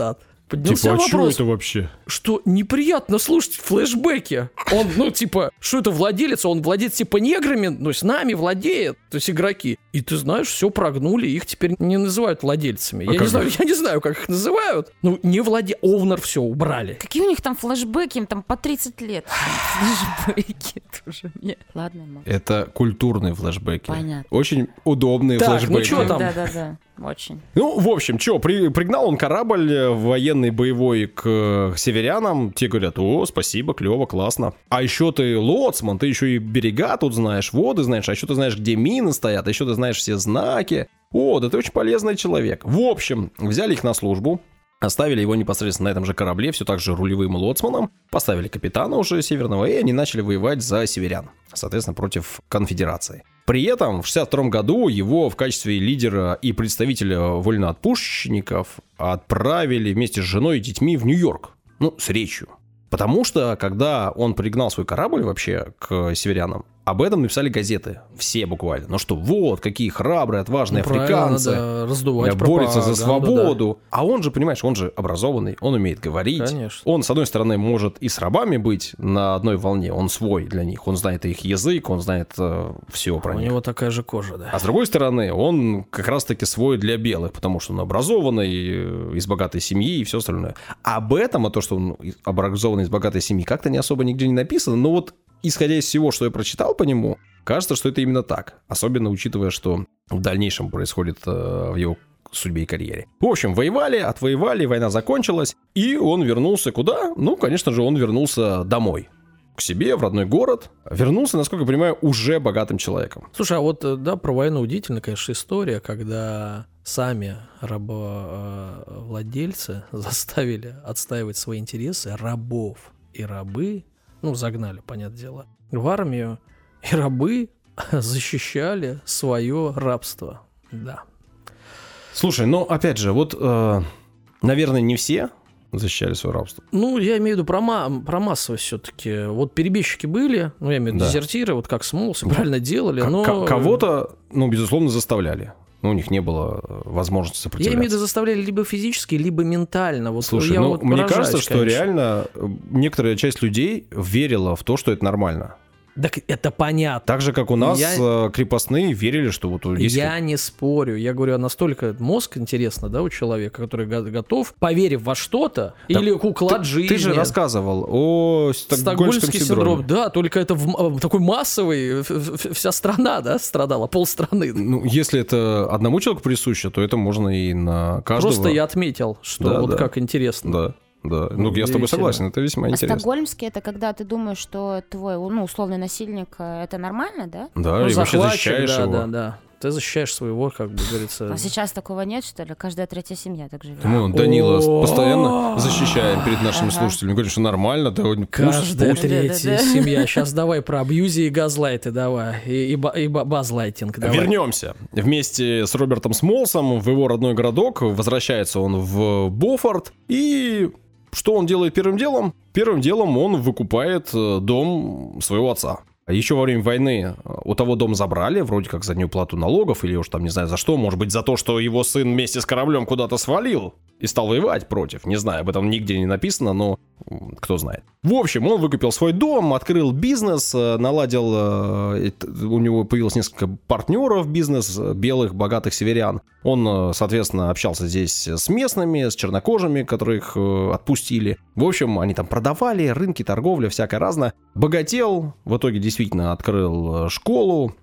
Поднялся типа, а вопрос, что это вообще? что неприятно слушать флешбеки. Он, ну, типа, что это владелец? Он владеет, типа, неграми, ну, с нами владеет, то есть игроки. И ты знаешь, все прогнули, их теперь не называют владельцами. А я, как не знаю, же? я не знаю, как их называют. Ну, не владе... Овнер все убрали. Какие у них там флешбеки, им там по тридцать лет. Флешбеки тоже мне. Ладно, мам. Это культурные флешбеки. Понятно. Очень удобные Так, ну флешбеки. чё там? Да-да-да, очень. Ну, в общем, что, при, пригнал он корабль военный, боевой к, к северянам. Те говорят, о, спасибо, клево, классно. А еще ты лоцман, ты еще и берега тут знаешь, воды знаешь, а еще ты знаешь, где мины стоят, а еще ты знаешь все знаки. О, да ты очень полезный человек. В общем, взяли их на службу, оставили его непосредственно на этом же корабле, все так же рулевым лоцманом, поставили капитана уже северного, и они начали воевать за северян, соответственно, против конфедерации. При этом в шестьдесят втором году его в качестве лидера и представителя вольноотпущенников отправили вместе с женой и детьми в Нью-Йорк, ну, с речью. Потому что, когда он пригнал свой корабль вообще к северянам, об этом написали газеты. Все буквально. Ну что, вот, какие храбрые, отважные Ну, африканцы. надо раздувать борются за пропаганду, свободу. Да. А он же, понимаешь, он же образованный, он умеет говорить. Конечно. Он, с одной стороны, может и с рабами быть на одной волне. Он свой для них. Он знает их язык, он знает э, все про У них. него такая же кожа, да. А с другой стороны, он как раз-таки свой для белых, потому что он образованный, э, из богатой семьи и все остальное. Об этом, а то, что он образованный из богатой семьи, как-то не особо нигде не написано. Но вот исходя из всего, что я прочитал по нему, кажется, что это именно так. Особенно учитывая, что в дальнейшем происходит э, в его судьбе и карьере. В общем, воевали, отвоевали, война закончилась, и он вернулся куда? Ну, конечно же, он вернулся домой. К себе, в родной город. Вернулся, насколько я понимаю, уже богатым человеком. Слушай, а вот, да, про войну удивительная, конечно, история, когда сами рабовладельцы заставили отстаивать свои интересы рабов. И рабы, ну, загнали, понятное дело, в армию, и рабы защищали свое рабство. Да. Слушай, ну, опять же, вот, э, наверное, не все защищали свое рабство. Ну, я имею в виду про, ма- про массовость все-таки. Вот перебежчики были, ну, я имею в виду Да. дезертиры, вот как Смолс, правильно делали, К- но... к- кого-то, ну, безусловно, заставляли. Но у них не было возможности Я сопротивляться. имею в виду, заставляли либо физически, либо ментально. Вот Слушай, я ну, вот мне поражаюсь, кажется, что конечно. реально э, некоторая часть людей верила в то, что это нормально. Так это понятно. Так же, как у нас Я- э, крепостные верили, что вот если... Я не спорю. Я говорю, настолько мозг интересно, да, у человека, который го- готов, поверив во что-то, Да или уклад ты, жизни. ты же рассказывал о стокгольмском Стокгольмский синдроме. синдром, да, только это в- такой массовый, ф- ф- вся страна, да, страдала, полстраны. Ну, если это одному человеку присуще, то это можно и на каждого. Просто я отметил, что Да, вот да. как интересно. Да, да. Ну, я с тобой Удивительно. согласен, это весьма А интересно. стокгольмский — это когда ты думаешь, что твой, ну, условный насильник, э, это нормально, да? Да, Ну, и вообще захватчик, защищаешь да, его. да, да. Ты защищаешь своего, как бы говорится. А сейчас такого нет, что ли? Каждая третья семья так живет. Ну, Данила О. постоянно защищает перед нашими Ага. слушателями. Говорит, что нормально, да, пусть, Каждая пусть. третья Да-да-да. семья. Сейчас давай про абьюзи и газлайты давай. И, и, ба- и ба- базлайтинг давай. Вернемся. Вместе с Робертом Смолсом в его родной городок. Возвращается он в Бофорт. И что он делает первым делом? Первым делом он выкупает э, дом своего отца. Еще во время войны у того дом забрали, вроде как за неуплату налогов, или уж там не знаю за что, может быть за то, что его сын вместе с кораблем куда-то свалил и стал воевать против. Не знаю, об этом нигде не написано, но м, кто знает. В общем, он выкупил свой дом, открыл бизнес, э, наладил, э, это- у него появилось несколько партнеров бизнес, э, белых, богатых северян. Он, э, соответственно, общался здесь с местными, с чернокожими, которых э, отпустили. В общем, они там продавали, рынки, торговля, всякое разное. Богател, в итоге действительно открыл э, школу.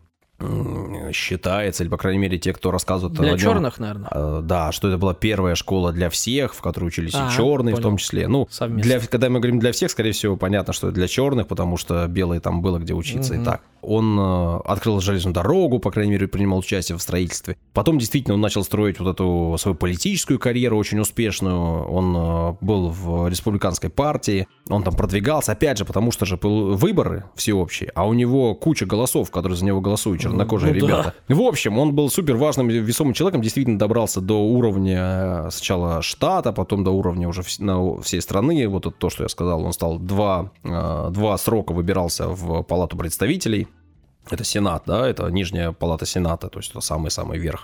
М, Считается, или, по крайней мере, те, кто рассказывают Для о нем, черных, наверное. э, да, что это была первая школа для всех, в которой учились А, и черные, в понял. том числе. Ну, Совместно. для, когда мы говорим для всех, скорее всего, понятно, что это для черных, потому что белые там было где учиться Мгм. и так. Он э, открыл железную дорогу, по крайней мере, принимал участие в строительстве. Потом, действительно, он начал строить вот эту свою политическую карьеру очень успешную. Он э, был в республиканской партии, он там продвигался, опять же, потому что же был выборы всеобщие, а у него куча голосов, которые за него голосуют, чернокожие Ну да. ребята. В общем, он был супер важным, весомым человеком, действительно добрался до уровня э, сначала штата, потом до уровня уже вс- на всей страны. Вот это то, что я сказал, он стал два, э, два срока выбирался в Палату представителей. Это Сенат, да, это нижняя палата Сената, то есть это самый-самый верх,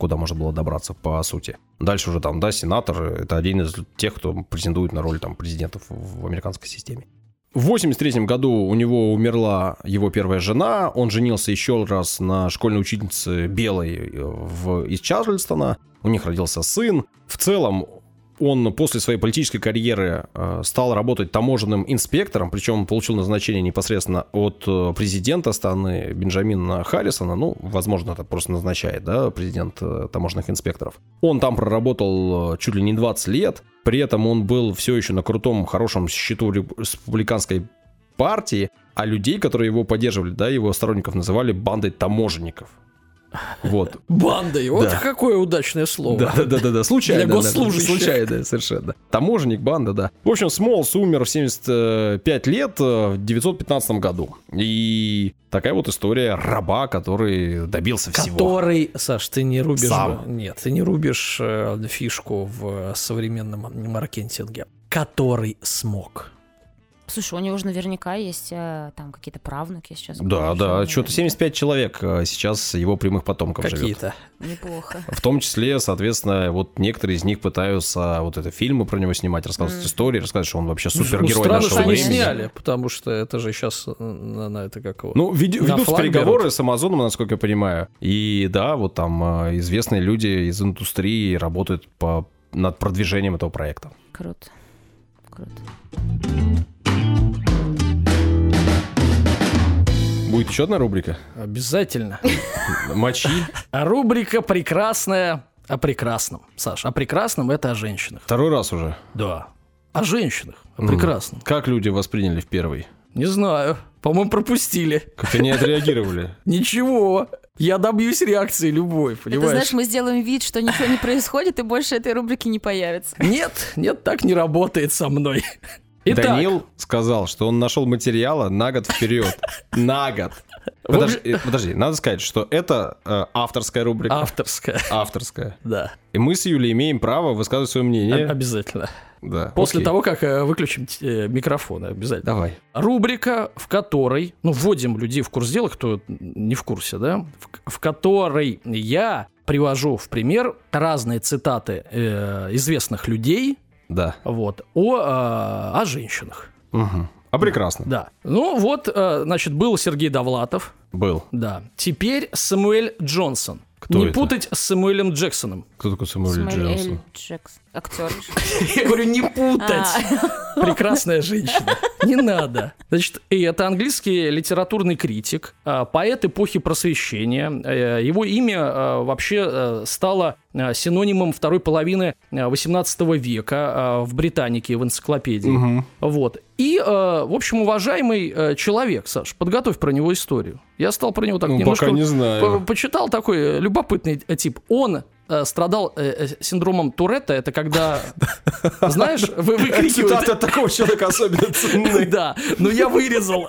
куда можно было добраться, по сути. Дальше уже там, да, сенатор, это один из тех, кто претендует на роль там президентов в американской системе. В восемьдесят третьем году у него умерла его первая жена, он женился еще раз на школьной учительнице белой в, из Чарльстона, у них родился сын. В целом он после своей политической карьеры э, стал работать таможенным инспектором, причем получил назначение непосредственно от э, президента страны Бенджамина Харрисона, ну, возможно, это просто назначает, да, президент э, таможенных инспекторов. Он там проработал э, чуть ли не двадцать лет, при этом он был все еще на крутом, хорошем счету республиканской партии, а людей, которые его поддерживали, да, его сторонников называли бандой таможенников. Вот. Бандой. Вот да. Какое удачное слово. Да, да, да, да, да. Случайно. Для госслужащих. Случайно, совершенно. Таможенник, банда, да. В общем, Смолс умер в семьдесят пять лет в девятьсот пятнадцатом году. И такая вот история раба, который добился всего. Который, Саш, ты не рубишь... Сам. Нет, ты не рубишь э, фишку в современном маркетинге. Который смог. Слушай, у него же наверняка есть э, там какие-то правнуки сейчас. Да, да, что-то семьдесят пять человек сейчас его прямых потомков какие-то. живет. Неплохо. В том числе, соответственно, вот некоторые из них пытаются вот это фильмы про него снимать, рассказывать mm. истории, рассказать, что он вообще супергерой ну, нашего что времени. не сняли, потому что это же сейчас на, на это как его... Ну, ведь, ведутся переговоры берут. С Амазоном, насколько я понимаю. И да, вот там известные люди из индустрии работают по, над продвижением этого проекта. Круто. Круто. Будет еще одна рубрика? Обязательно. Мочи. А рубрика прекрасная о прекрасном. Саш, о прекрасном — это о женщинах. Второй раз уже? Да. О женщинах, о прекрасном. Mm. Как люди восприняли в первый? Не знаю. По-моему, пропустили. Как они отреагировали? Ничего. Я добьюсь реакции любой, понимаешь? Это, знаешь, мы сделаем вид, что ничего не происходит, и больше этой рубрики не появится. Нет, нет, так не работает со мной. Итак. Данил сказал, что он нашел материала на год вперед. На год. Подожди, подожди, надо сказать, что это э, авторская рубрика. Авторская. Авторская. Да. И мы с Юлей имеем право высказывать свое мнение. Обязательно. Да. После окей. того, как э, выключим э, микрофоны, обязательно. Давай. Рубрика, в которой, ну, вводим людей в курс дела, кто не в курсе, да, в, в которой я привожу в пример разные цитаты э, известных людей. Да. Вот, о, о, о женщинах. Угу. А прекрасно. Да. Ну вот, значит, был Сергей Довлатов. Был. Да. Теперь Сэмюэль Джонсон. Кто не это? путать с Сэмюэлем Джексоном. Кто такой Сэмюэль Сэмюэль Джонсон? Джексон. Актер. Я говорю, не путать. Прекрасная женщина. Не надо. Значит, и это английский литературный критик, поэт эпохи Просвещения. Его имя вообще стало синонимом второй половины восемнадцатого века в Британике, в энциклопедии. Угу. Вот. И, в общем, уважаемый человек, Саш, подготовь про него историю. Я стал про него так ну, немножко... пока не знаю. По- почитал такой любопытный тип. Он э, страдал э, синдромом Туретта. Это когда, знаешь, вы выкрикиваете... Цитаты от такого человека особенно ценные. Да, но я вырезал.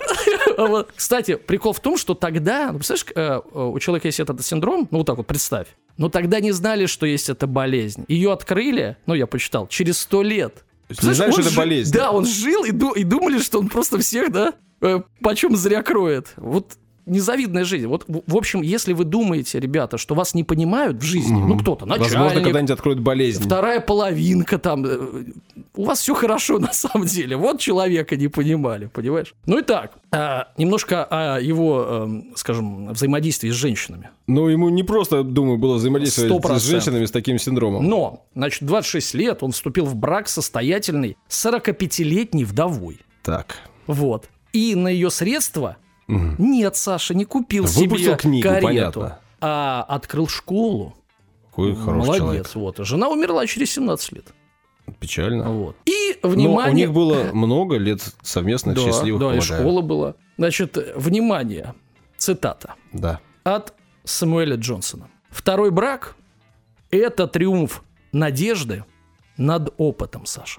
Кстати, прикол в том, что тогда, ну, представляешь, у человека есть этот синдром, ну, вот так вот представь, но тогда не знали, что есть эта болезнь. Ее открыли, ну, я почитал, через сто лет. Не знаешь, что это жи- болезнь? Да, он жил и, ду- и думали, что он просто всех, да, э, почем зря кроет. Вот незавидная жизнь. Вот, в, в общем, если вы думаете, ребята, что вас не понимают в жизни, mm-hmm. ну, кто-то, начальник, возможно, когда-нибудь откроют болезнь. Вторая половинка там, э, у вас все хорошо на самом деле. Вот человека не понимали, понимаешь? Ну и так, э, немножко о его, э, скажем, взаимодействии с женщинами. Ну, ему не просто, думаю, было взаимодействовать сто процентов. с женщинами с таким синдромом. Но, значит, в двадцать шесть лет он вступил в брак с состоятельной сорокапятилетней вдовой. Так. Вот. И на ее средства... Угу. Нет, Саша, не купил Выпустил себе книгу, карету, понятно. А открыл школу. Какой хороший Молодец, человек. Вот. Жена умерла через семнадцать лет. Печально. Вот. И, внимание... Но у них было много лет совместных, да, счастливых, да, полагаю. и школа была. Значит, внимание, цитата. Да. От Сэмюэля Джонсона. Второй брак – это триумф надежды над опытом, Саша.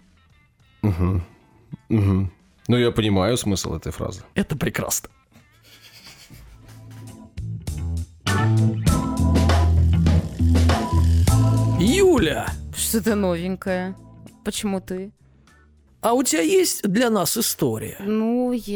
Угу. Угу. Ну, я понимаю смысл этой фразы. Это прекрасно. Юля! Что-то новенькое. Почему ты? А у тебя есть для нас история? Ну, есть.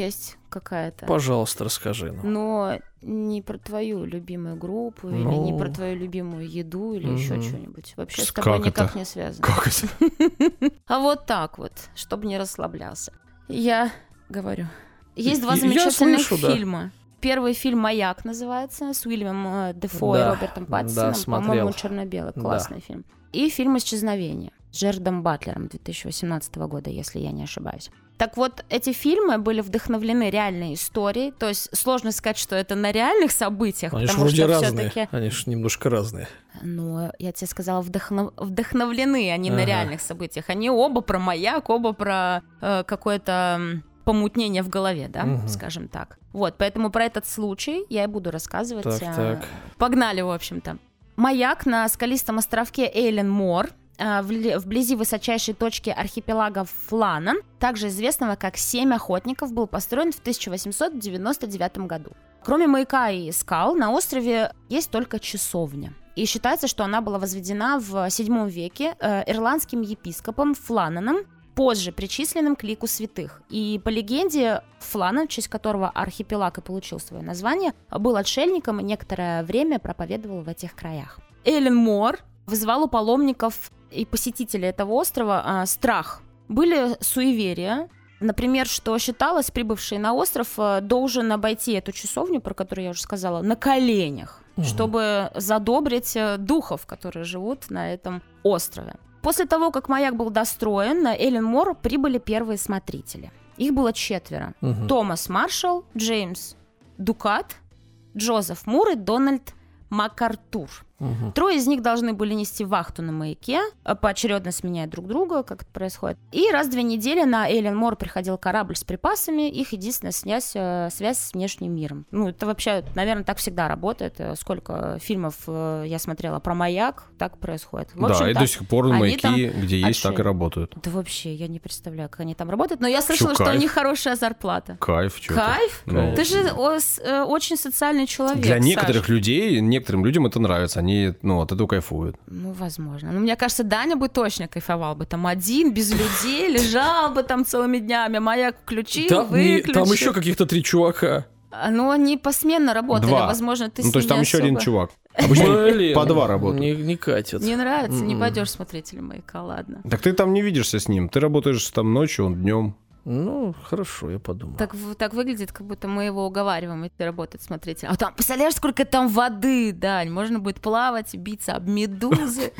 какая-то. Пожалуйста, расскажи нам. Но не про твою любимую группу, ну... или не про твою любимую еду, или угу. еще что-нибудь. Вообще с тобой как никак это? Не связано. Как это? А вот так вот, чтобы не расслаблялся. Я говорю. Есть два замечательных слышу, фильма. Да. Первый фильм «Маяк» называется, с Уильямом Дефо да. и Робертом Паттинсоном. Да, по-моему, черно-белый. Классный да. фильм. И фильм «Исчезновение» с Джерардом Батлером две тысячи восемнадцатого года, если я не ошибаюсь. Так вот, эти фильмы были вдохновлены реальной историей, то есть сложно сказать, что это на реальных событиях, они потому что разные. все-таки... Они же немножко разные. Ну, я тебе сказала, вдохнов... вдохновлены они ага. на реальных событиях. Они оба про маяк, оба про э, какое-то помутнение в голове, да, угу. скажем так. Вот, поэтому про этот случай я и буду рассказывать. Так, э... так. Погнали, в общем-то. Маяк на скалистом островке Эйлен-Мор, вблизи высочайшей точки архипелага Фланан, также известного как «Семь охотников», был построен в тысяча восемьсот девяносто девятом году. Кроме маяка и скал, на острове есть только часовня. И считается, что она была возведена в седьмом веке ирландским епископом Флананом, позже причисленным к лику святых. И по легенде, Фланан, в честь которого архипелаг и получил свое название, был отшельником и некоторое время проповедовал в этих краях. Эйлен-Мор вызывал у паломников и посетителей этого острова э, страх. Были суеверия, например, что считалось, прибывший на остров э, должен обойти эту часовню, про которую я уже сказала, на коленях, угу. чтобы задобрить э, духов, которые живут на этом острове. После того, как маяк был достроен, на Эйлен-Мор прибыли первые смотрители. Их было четверо. Угу. Томас Маршалл, Джеймс Дукат, Джозеф Мур и Дональд МакАртур. Угу. Трое из них должны были нести вахту на маяке, поочередно сменяя друг друга, как это происходит. И раз в две недели на Эйлен-Мор приходил корабль с припасами, их единственная связь, связь с внешним миром. Ну, это вообще, наверное, так всегда работает. Сколько фильмов я смотрела про маяк, так происходит. В общем, да, и так, до сих пор маяки, где есть, отшили. Так и работают. Да вообще, я не представляю, как они там работают, но я слышала, Чё, что у них хорошая зарплата. Кайф, что Кайф? Ну. Ты же очень социальный человек, Для Саш. некоторых людей, некоторым людям это нравится, они Они, ну, от этого кайфуют. Ну, возможно. Но мне кажется, Даня бы точно кайфовал бы там один, без людей, лежал бы там целыми днями, маяк включил, там, выключил. Не, там еще каких-то три чувака. Ну, они посменно работали, два. Возможно, ты ну, с то есть там особо... еще один чувак. Обычно по два работают. Не, не катит. Не нравится, не пойдешь смотрителем маяка, ладно. Так ты там не видишься с ним, ты работаешь там ночью, он днем. Ну, хорошо, я подумал. Так, так выглядит, как будто мы его уговариваем идти работать смотрителем. А там, представляешь, сколько там воды, Дань, можно будет плавать, биться об медузы.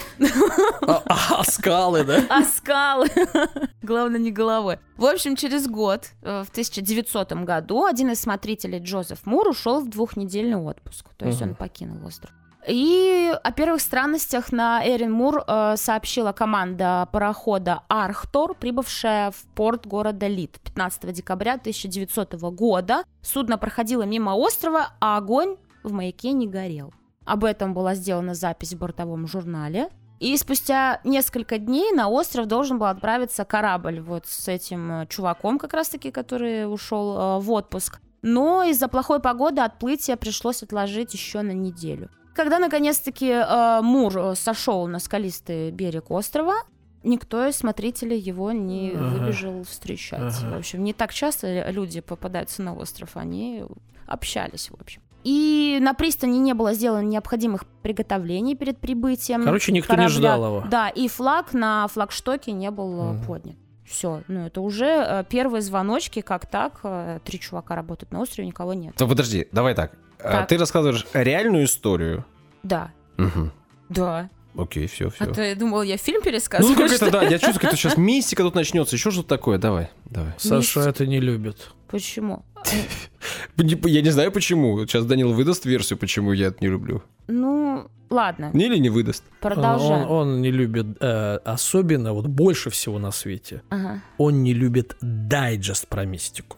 А скалы, да? А скалы. Главное, не головой. В общем, через год, в тысяча девятисотом году, один из смотрителей, Джозеф Мур, ушел в двухнедельный отпуск. То есть он покинул остров. И о первых странностях на Эйлен-Мор э, сообщила команда парохода «Архтор», прибывшая в порт города Лид пятнадцатого декабря тысяча девятисотого года. Судно проходило мимо острова, а огонь в маяке не горел. Об этом была сделана запись в бортовом журнале. И спустя несколько дней на остров должен был отправиться корабль вот с этим чуваком, как раз-таки, который ушел э, в отпуск. Но из-за плохой погоды отплытие пришлось отложить еще на неделю. Когда, наконец-таки, э, Мур сошел на скалистый берег острова, никто из смотрителей его не ага. выбежал встречать. Ага. В общем, не так часто люди попадаются на остров, они общались, в общем. И на пристани не было сделано необходимых приготовлений перед прибытием. Короче, никто корабля. не ждал его. Да, и флаг на флагштоке не был ага. поднят. Все, ну это уже э, первые звоночки, как так, э, три чувака работают на острове, никого нет. То подожди, давай так. так. Ты рассказываешь реальную историю? Да. Угу. Да. Окей, все, все. А то я думал, я фильм пересказываю. Ну, как это, да, я чувствую, как это сейчас мистика тут начнется, еще что-то такое, давай, давай. Саша Мистика. это не любит. Почему? Я не знаю, почему. Сейчас Данил выдаст версию, почему я это не люблю. Ну, ладно. Не или не выдаст? Продолжаем. Он, он не любит, э, особенно, вот больше всего на свете, ага. он не любит дайджест про мистику.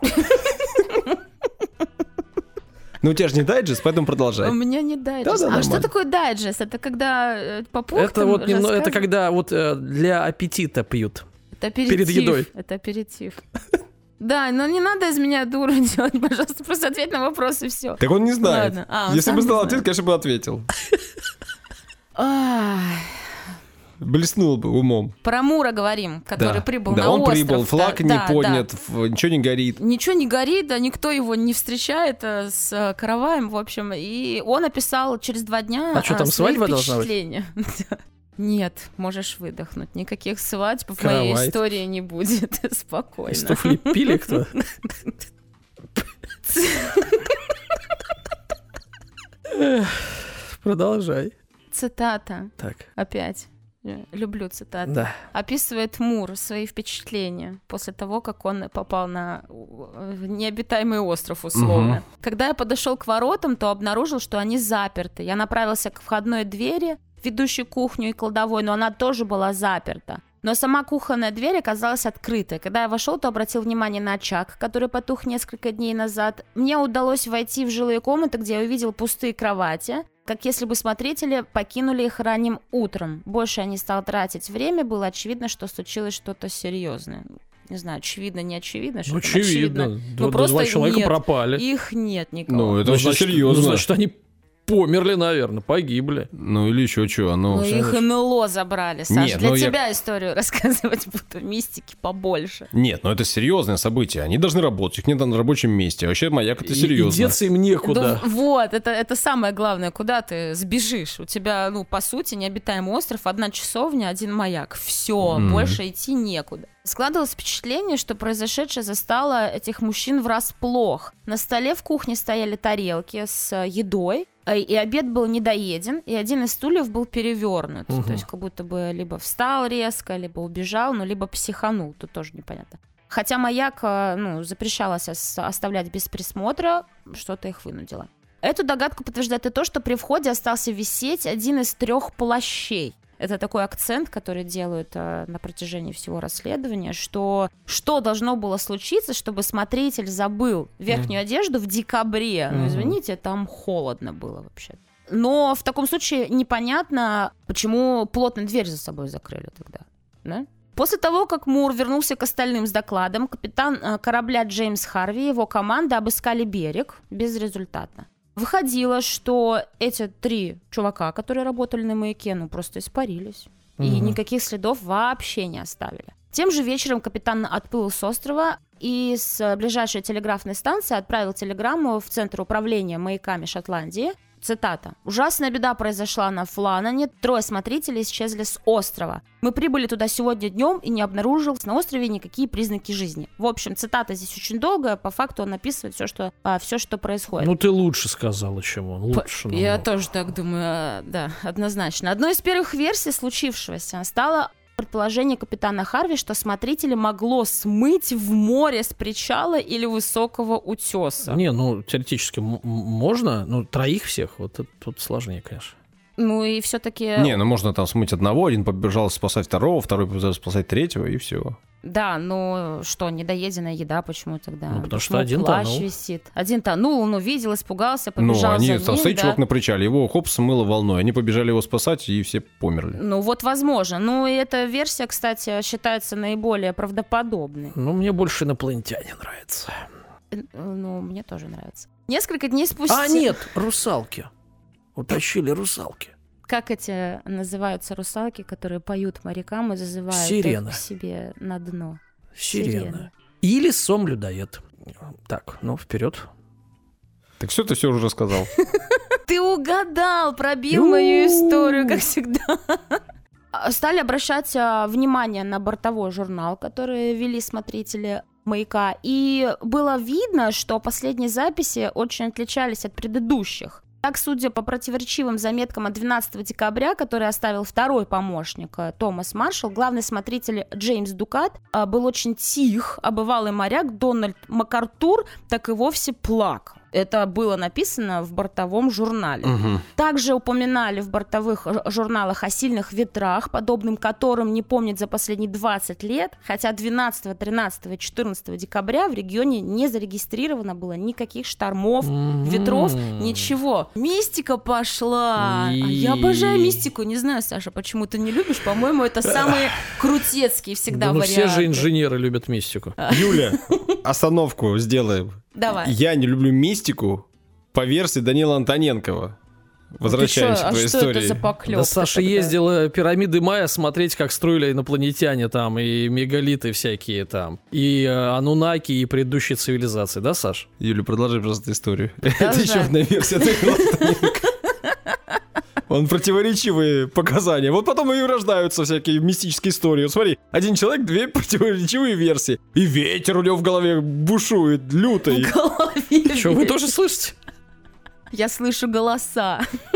Ну, у тебя же не дайджест, поэтому продолжай. У меня не дайджест. Да, да, а нормально. что такое дайджест? Это когда э, по пунктам Это вот немного, рассказывают? это когда вот э, для аппетита пьют. Это аперитив. Перед едой. Это аперитив. Да, но не надо из меня дуру делать, пожалуйста, просто ответь на вопрос и все. Так он не знает. Ладно. А, он Если сам бы не знал знает. ответ, конечно, бы ответил. блеснул бы умом. Про Мура говорим, который Да. прибыл Да, на он остров. прибыл, флаг Да, не да, поднят, да. ф- ничего не горит. Ничего не горит, да, никто его не встречает а, с а, караваем, в общем. И он описал через два дня А что, там свои свадьба должна быть? впечатления. Нет, можешь выдохнуть. Никаких свадьб в Каравай. моей истории не будет. Спокойно. Из туфли пили кто? Эх, Продолжай. Цитата. Так, Опять. Я люблю цитаты. да. Описывает Мур свои впечатления после того, как он попал на э, необитаемый остров, условно. Мгм. Когда я подошел к воротам, то обнаружил, что они заперты. Я направился к входной двери, ведущей кухню и кладовой, но она тоже была заперта. Но сама кухонная дверь оказалась открытой. Когда я вошел, то обратил внимание на очаг, который потух несколько дней назад. Мне удалось войти в жилые комнаты, где я увидел пустые кровати, как если бы смотрители покинули их ранним утром. Больше я не стал тратить время, было очевидно, что случилось что-то серьезное. Не знаю, очевидно, не очевидно, что Ну, там очевидно. Ну, Два, просто два человека нет. пропали. Их нет никого. Ну, это Ну, очень значит, серьезно. Ну, значит, они померли, наверное, погибли. Ну или еще что, ну... Ну, их эн эл о забрали, Саш. Нет, Для ну, я- тебя историю рассказывать буду, мистики побольше. Нет, ну это серьезное событие. Они должны работать, их нет на рабочем месте. А вообще маяк это И- серьезно. И деться им некуда. Да, вот, это, это самое главное, куда ты сбежишь. У тебя, ну, по сути, необитаемый остров, одна часовня, один маяк. Все, Мгм. больше идти некуда. Складывалось впечатление, что произошедшее застало этих мужчин врасплох. На столе в кухне стояли тарелки с э, едой, э, и обед был недоеден, и один из стульев был перевернут. Мгм. То есть как будто бы либо встал резко, либо убежал, ну, либо психанул, тут тоже непонятно. Хотя маяк, э, ну, запрещалось ос- оставлять без присмотра, что-то их вынудило. Эту догадку подтверждает и то, что при входе остался висеть один из трех плащей. Это такой акцент, который делают э, на протяжении всего расследования, что что должно было случиться, чтобы смотритель забыл верхнюю одежду в декабре. Ну, Мгм. извините, там холодно было вообще. Но в таком случае непонятно, почему плотно дверь за собой закрыли тогда, да? После того, как Мур вернулся к остальным с докладом, капитан э, корабля Джеймс Харви и его команда обыскали берег безрезультатно. Выходило, что эти три чувака, которые работали на маяке, ну просто испарились. И Мгм. никаких следов вообще не оставили. Тем же вечером капитан отплыл с острова и с ближайшей телеграфной станции отправил телеграмму в Центр управления маяками Шотландии. Цитата. «Ужасная беда произошла на Фланане. Трое смотрителей исчезли с острова. Мы прибыли туда сегодня днем и не обнаружил на острове никакие признаки жизни». В общем, цитата здесь очень долгая. По факту он описывает все, что, а, все, что происходит. Ну, ты лучше сказала, чем он. Лучше. Я намного. тоже так думаю, а, да, однозначно. Одной из первых версий случившегося стало предположение капитана Харви, что смотрители могло смыть в море с причала или высокого утеса. Не, ну, теоретически м- м- можно, ну, троих всех, вот это тут сложнее, конечно. Ну и все-таки... Не, ну можно там смыть одного, один побежал спасать второго, второй побежал спасать третьего, и все. Да, ну что, недоеденная еда, почему тогда? Ну, потому что Почему один плащ тонул. висит. Один тонул, он увидел, испугался, Ну, побежал они, за там ним, стоит да. чувак на причале, его хоп, смыло волной, они побежали его спасать, и все померли. Ну вот возможно. Ну и эта версия, кстати, считается наиболее правдоподобной. Ну, мне больше инопланетяне нравятся. Э, Ну, мне тоже нравится. Несколько дней спустя... А, нет, русалки. Утащили русалки. Как эти называются русалки, которые поют морякам и зазывают Сирена. их к себе на дно? Сирена. Сирена. Или сом-людоед. Так, ну, вперед. Так все, ты все уже рассказал. Ты угадал, пробил мою историю, как всегда. Стали обращать а, внимание на бортовой журнал, который вели смотрители маяка, и было видно, что последние записи очень отличались от предыдущих. Так, судя по противоречивым заметкам от двенадцатого декабря, который оставил второй помощник э, Томас Маршалл, главный смотритель Джеймс Дукат э, был очень тих, а бывалый моряк Дональд МакАртур так и вовсе плакал. Это было написано в бортовом журнале. Мгм. Также упоминали в бортовых ж- журналах о сильных ветрах, подобным которым не помнят за последние двадцать лет, хотя двенадцатого, тринадцатого и четырнадцатого декабря в регионе не зарегистрировано было никаких штормов, ветров, ничего. Мистика пошла. А я обожаю мистику. Не знаю, Саша, почему ты не любишь. По-моему, это самые крутецкие всегда Да, ну, варианты. все же инженеры любят мистику. Юля, остановку сделаем. Давай. Я не люблю мистику по версии Данила Антоненкова. Возвращаемся к твоей истории. А что это за поклёп? Да Саша ездила пирамиды Майя смотреть, как строили инопланетяне там, и мегалиты всякие там, и э, анунаки, и предыдущие цивилизации, да, Саш? Юля, продолжи просто историю. Это черная версия. Он противоречивые показания. Вот потом и рождаются всякие мистические истории. Вот смотри, один человек, две противоречивые версии. И ветер у него в голове бушует, лютый. В голове. Что, вы тоже слышите? Я слышу голоса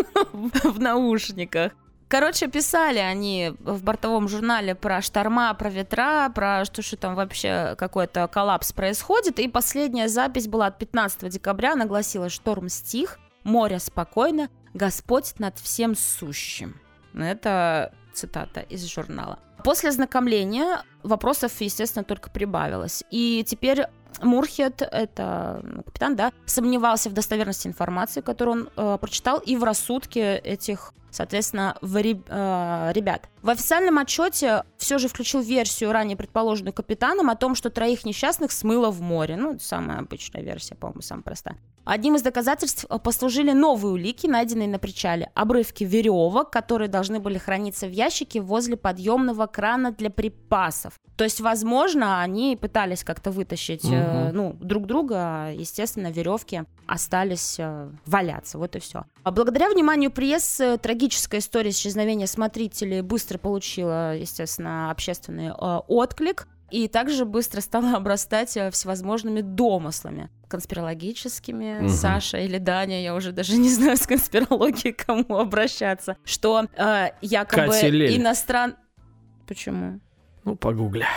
в наушниках. Короче, писали они в бортовом журнале про шторма, про ветра, про что, что там вообще какой-то коллапс происходит. И последняя запись была от пятнадцатого декабря. Она гласила: «Шторм стих, море спокойно, Господь над всем сущим». Это цитата из журнала. После ознакомления вопросов, естественно, только прибавилось. И теперь Мурхед, это капитан, да, сомневался в достоверности информации, которую он э, прочитал, и в рассудке этих, соответственно, в, э, ребят. В официальном отчете все же включил версию, ранее предположенную капитаном, о том, что троих несчастных смыло в море. Ну, самая обычная версия, по-моему, самая простая. Одним из доказательств послужили новые улики, найденные на причале. Обрывки веревок, которые должны были храниться в ящике возле подъемного крана для припасов. То есть, возможно, они пытались как-то вытащить угу. э, ну, друг друга, естественно, веревки остались э, валяться, вот и все. А благодаря вниманию прессы трагическая история исчезновения смотрителей быстро получила, естественно, общественный э, отклик. И также быстро стала обрастать всевозможными домыслами конспирологическими. Угу. Саша или Даня, я уже даже не знаю с конспирологией, к кому обращаться, что э, якобы иностран... Почему? Ну, погугли.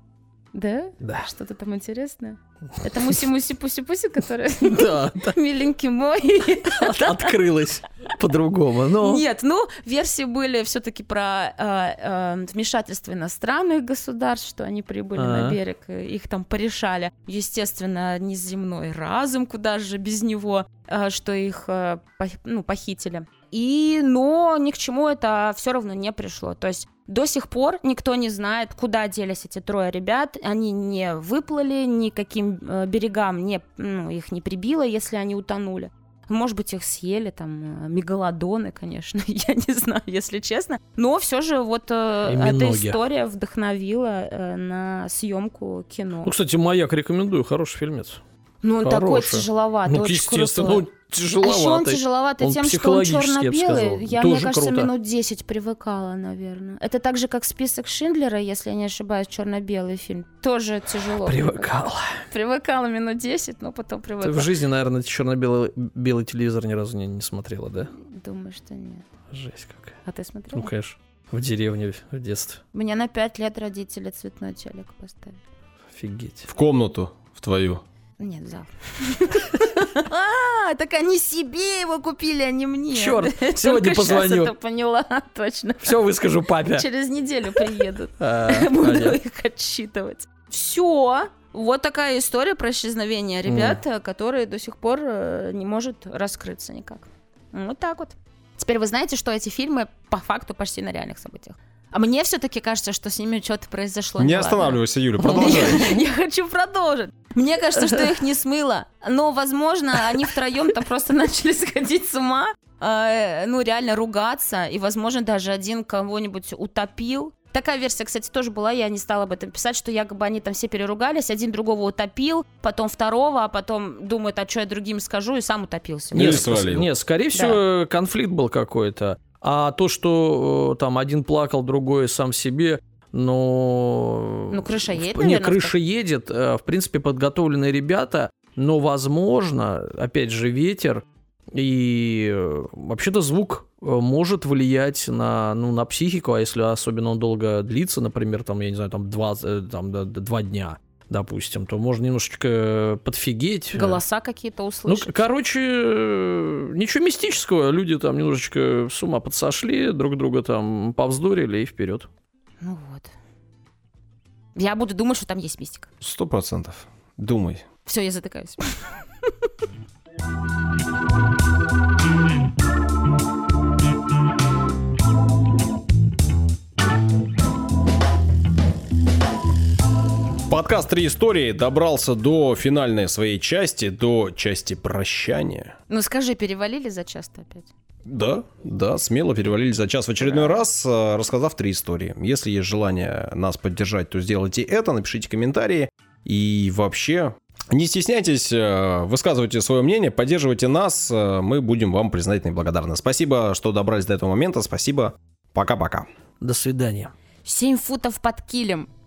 Да? Да. Что-то там интересное? Это муси-муси-пуси-пуси, которая... Да. Миленький мой. Открылась по-другому, но... Нет, ну, версии были все-таки про э, э, вмешательство иностранных государств, что они прибыли А-а-а. на берег, их там порешали. Естественно, неземной разум, куда же без него, э, что их э, по, ну, похитили. И, но ни к чему это все равно не пришло. То есть до сих пор никто не знает, куда делись эти трое ребят. Они не выплыли, никаким э, берегам не, ну, их не прибило, если они утонули. Может быть, их съели, там, мегалодоны, конечно, я не знаю, если честно. Но все же вот э, эта история вдохновила э, на съемку кино. Ну, кстати, «Маяк» рекомендую, хороший фильмец. Ну, он Хороший. такой тяжеловатый, ну, очень естественно, крутой. Ну, тяжеловатый. А еще он тяжеловатый он тем, что он черно-белый. Я, я, Тоже мне кажется, круто. минут десять привыкала, наверное. Это так же, как «Список Шиндлера», если я не ошибаюсь, черно-белый фильм. Тоже тяжело. Привыкала. Привыкала минут десять, но потом привыкла. Ты в жизни, наверное, черно-белый белый телевизор ни разу не, не смотрела, да? Думаю, что нет. Жесть какая. А ты смотрела? Ну, конечно. В деревне в детстве. Мне на пять лет родители цветной телек поставили. Офигеть. В комнату, в твою. Нет, зал. А, так они себе его купили, а не мне. Черт, сегодня позвоню. Я поняла, точно. Все выскажу папе. Через неделю приедут. Буду их отчитывать. Все. Вот такая история про исчезновение ребят, которые до сих пор не может раскрыться никак. Вот так вот. Теперь вы знаете, что эти фильмы по факту почти на реальных событиях. А мне все-таки кажется, что с ними что-то произошло. Не останавливайся, Юля, продолжай. Я хочу продолжить. Мне кажется, что их не смыло. Но, возможно, они втроем там просто начали сходить с ума. Ну, реально ругаться. И, возможно, даже один кого-нибудь утопил. Такая версия, кстати, тоже была, я не стала об этом писать, что якобы они там все переругались, один другого утопил, потом второго, а потом думает, а что я другим скажу, и сам утопился. Нет, нет, скорее всего, да. конфликт был какой-то. А то, что там один плакал, другой сам себе, но... Ну, крыша едет, в... наверное. Не, крыша едет, в принципе, подготовленные ребята, но, возможно, опять же, ветер, и вообще-то звук может влиять на, ну, на психику, а если особенно он долго длится, например, там, я не знаю, там, два, там, два дня, допустим, то можно немножечко подфигеть. Голоса какие-то услышать. Ну, короче, ничего мистического. Люди там немножечко с ума подсошли, друг друга там повздорили и вперед. Ну вот. Я буду думать, что там есть мистика. Сто процентов. Думай. Все, я затыкаюсь. Подкаст «Три истории» добрался до финальной своей части, до части прощания. Ну скажи, перевалили за час-то опять? Да, да, смело перевалили за час в очередной раз, рассказав три истории. Если есть желание нас поддержать, то сделайте это, напишите комментарии. И вообще, не стесняйтесь, высказывайте свое мнение, поддерживайте нас, мы будем вам признательны и благодарны. Спасибо, что добрались до этого момента, спасибо, пока-пока. До свидания. Семь футов под килем.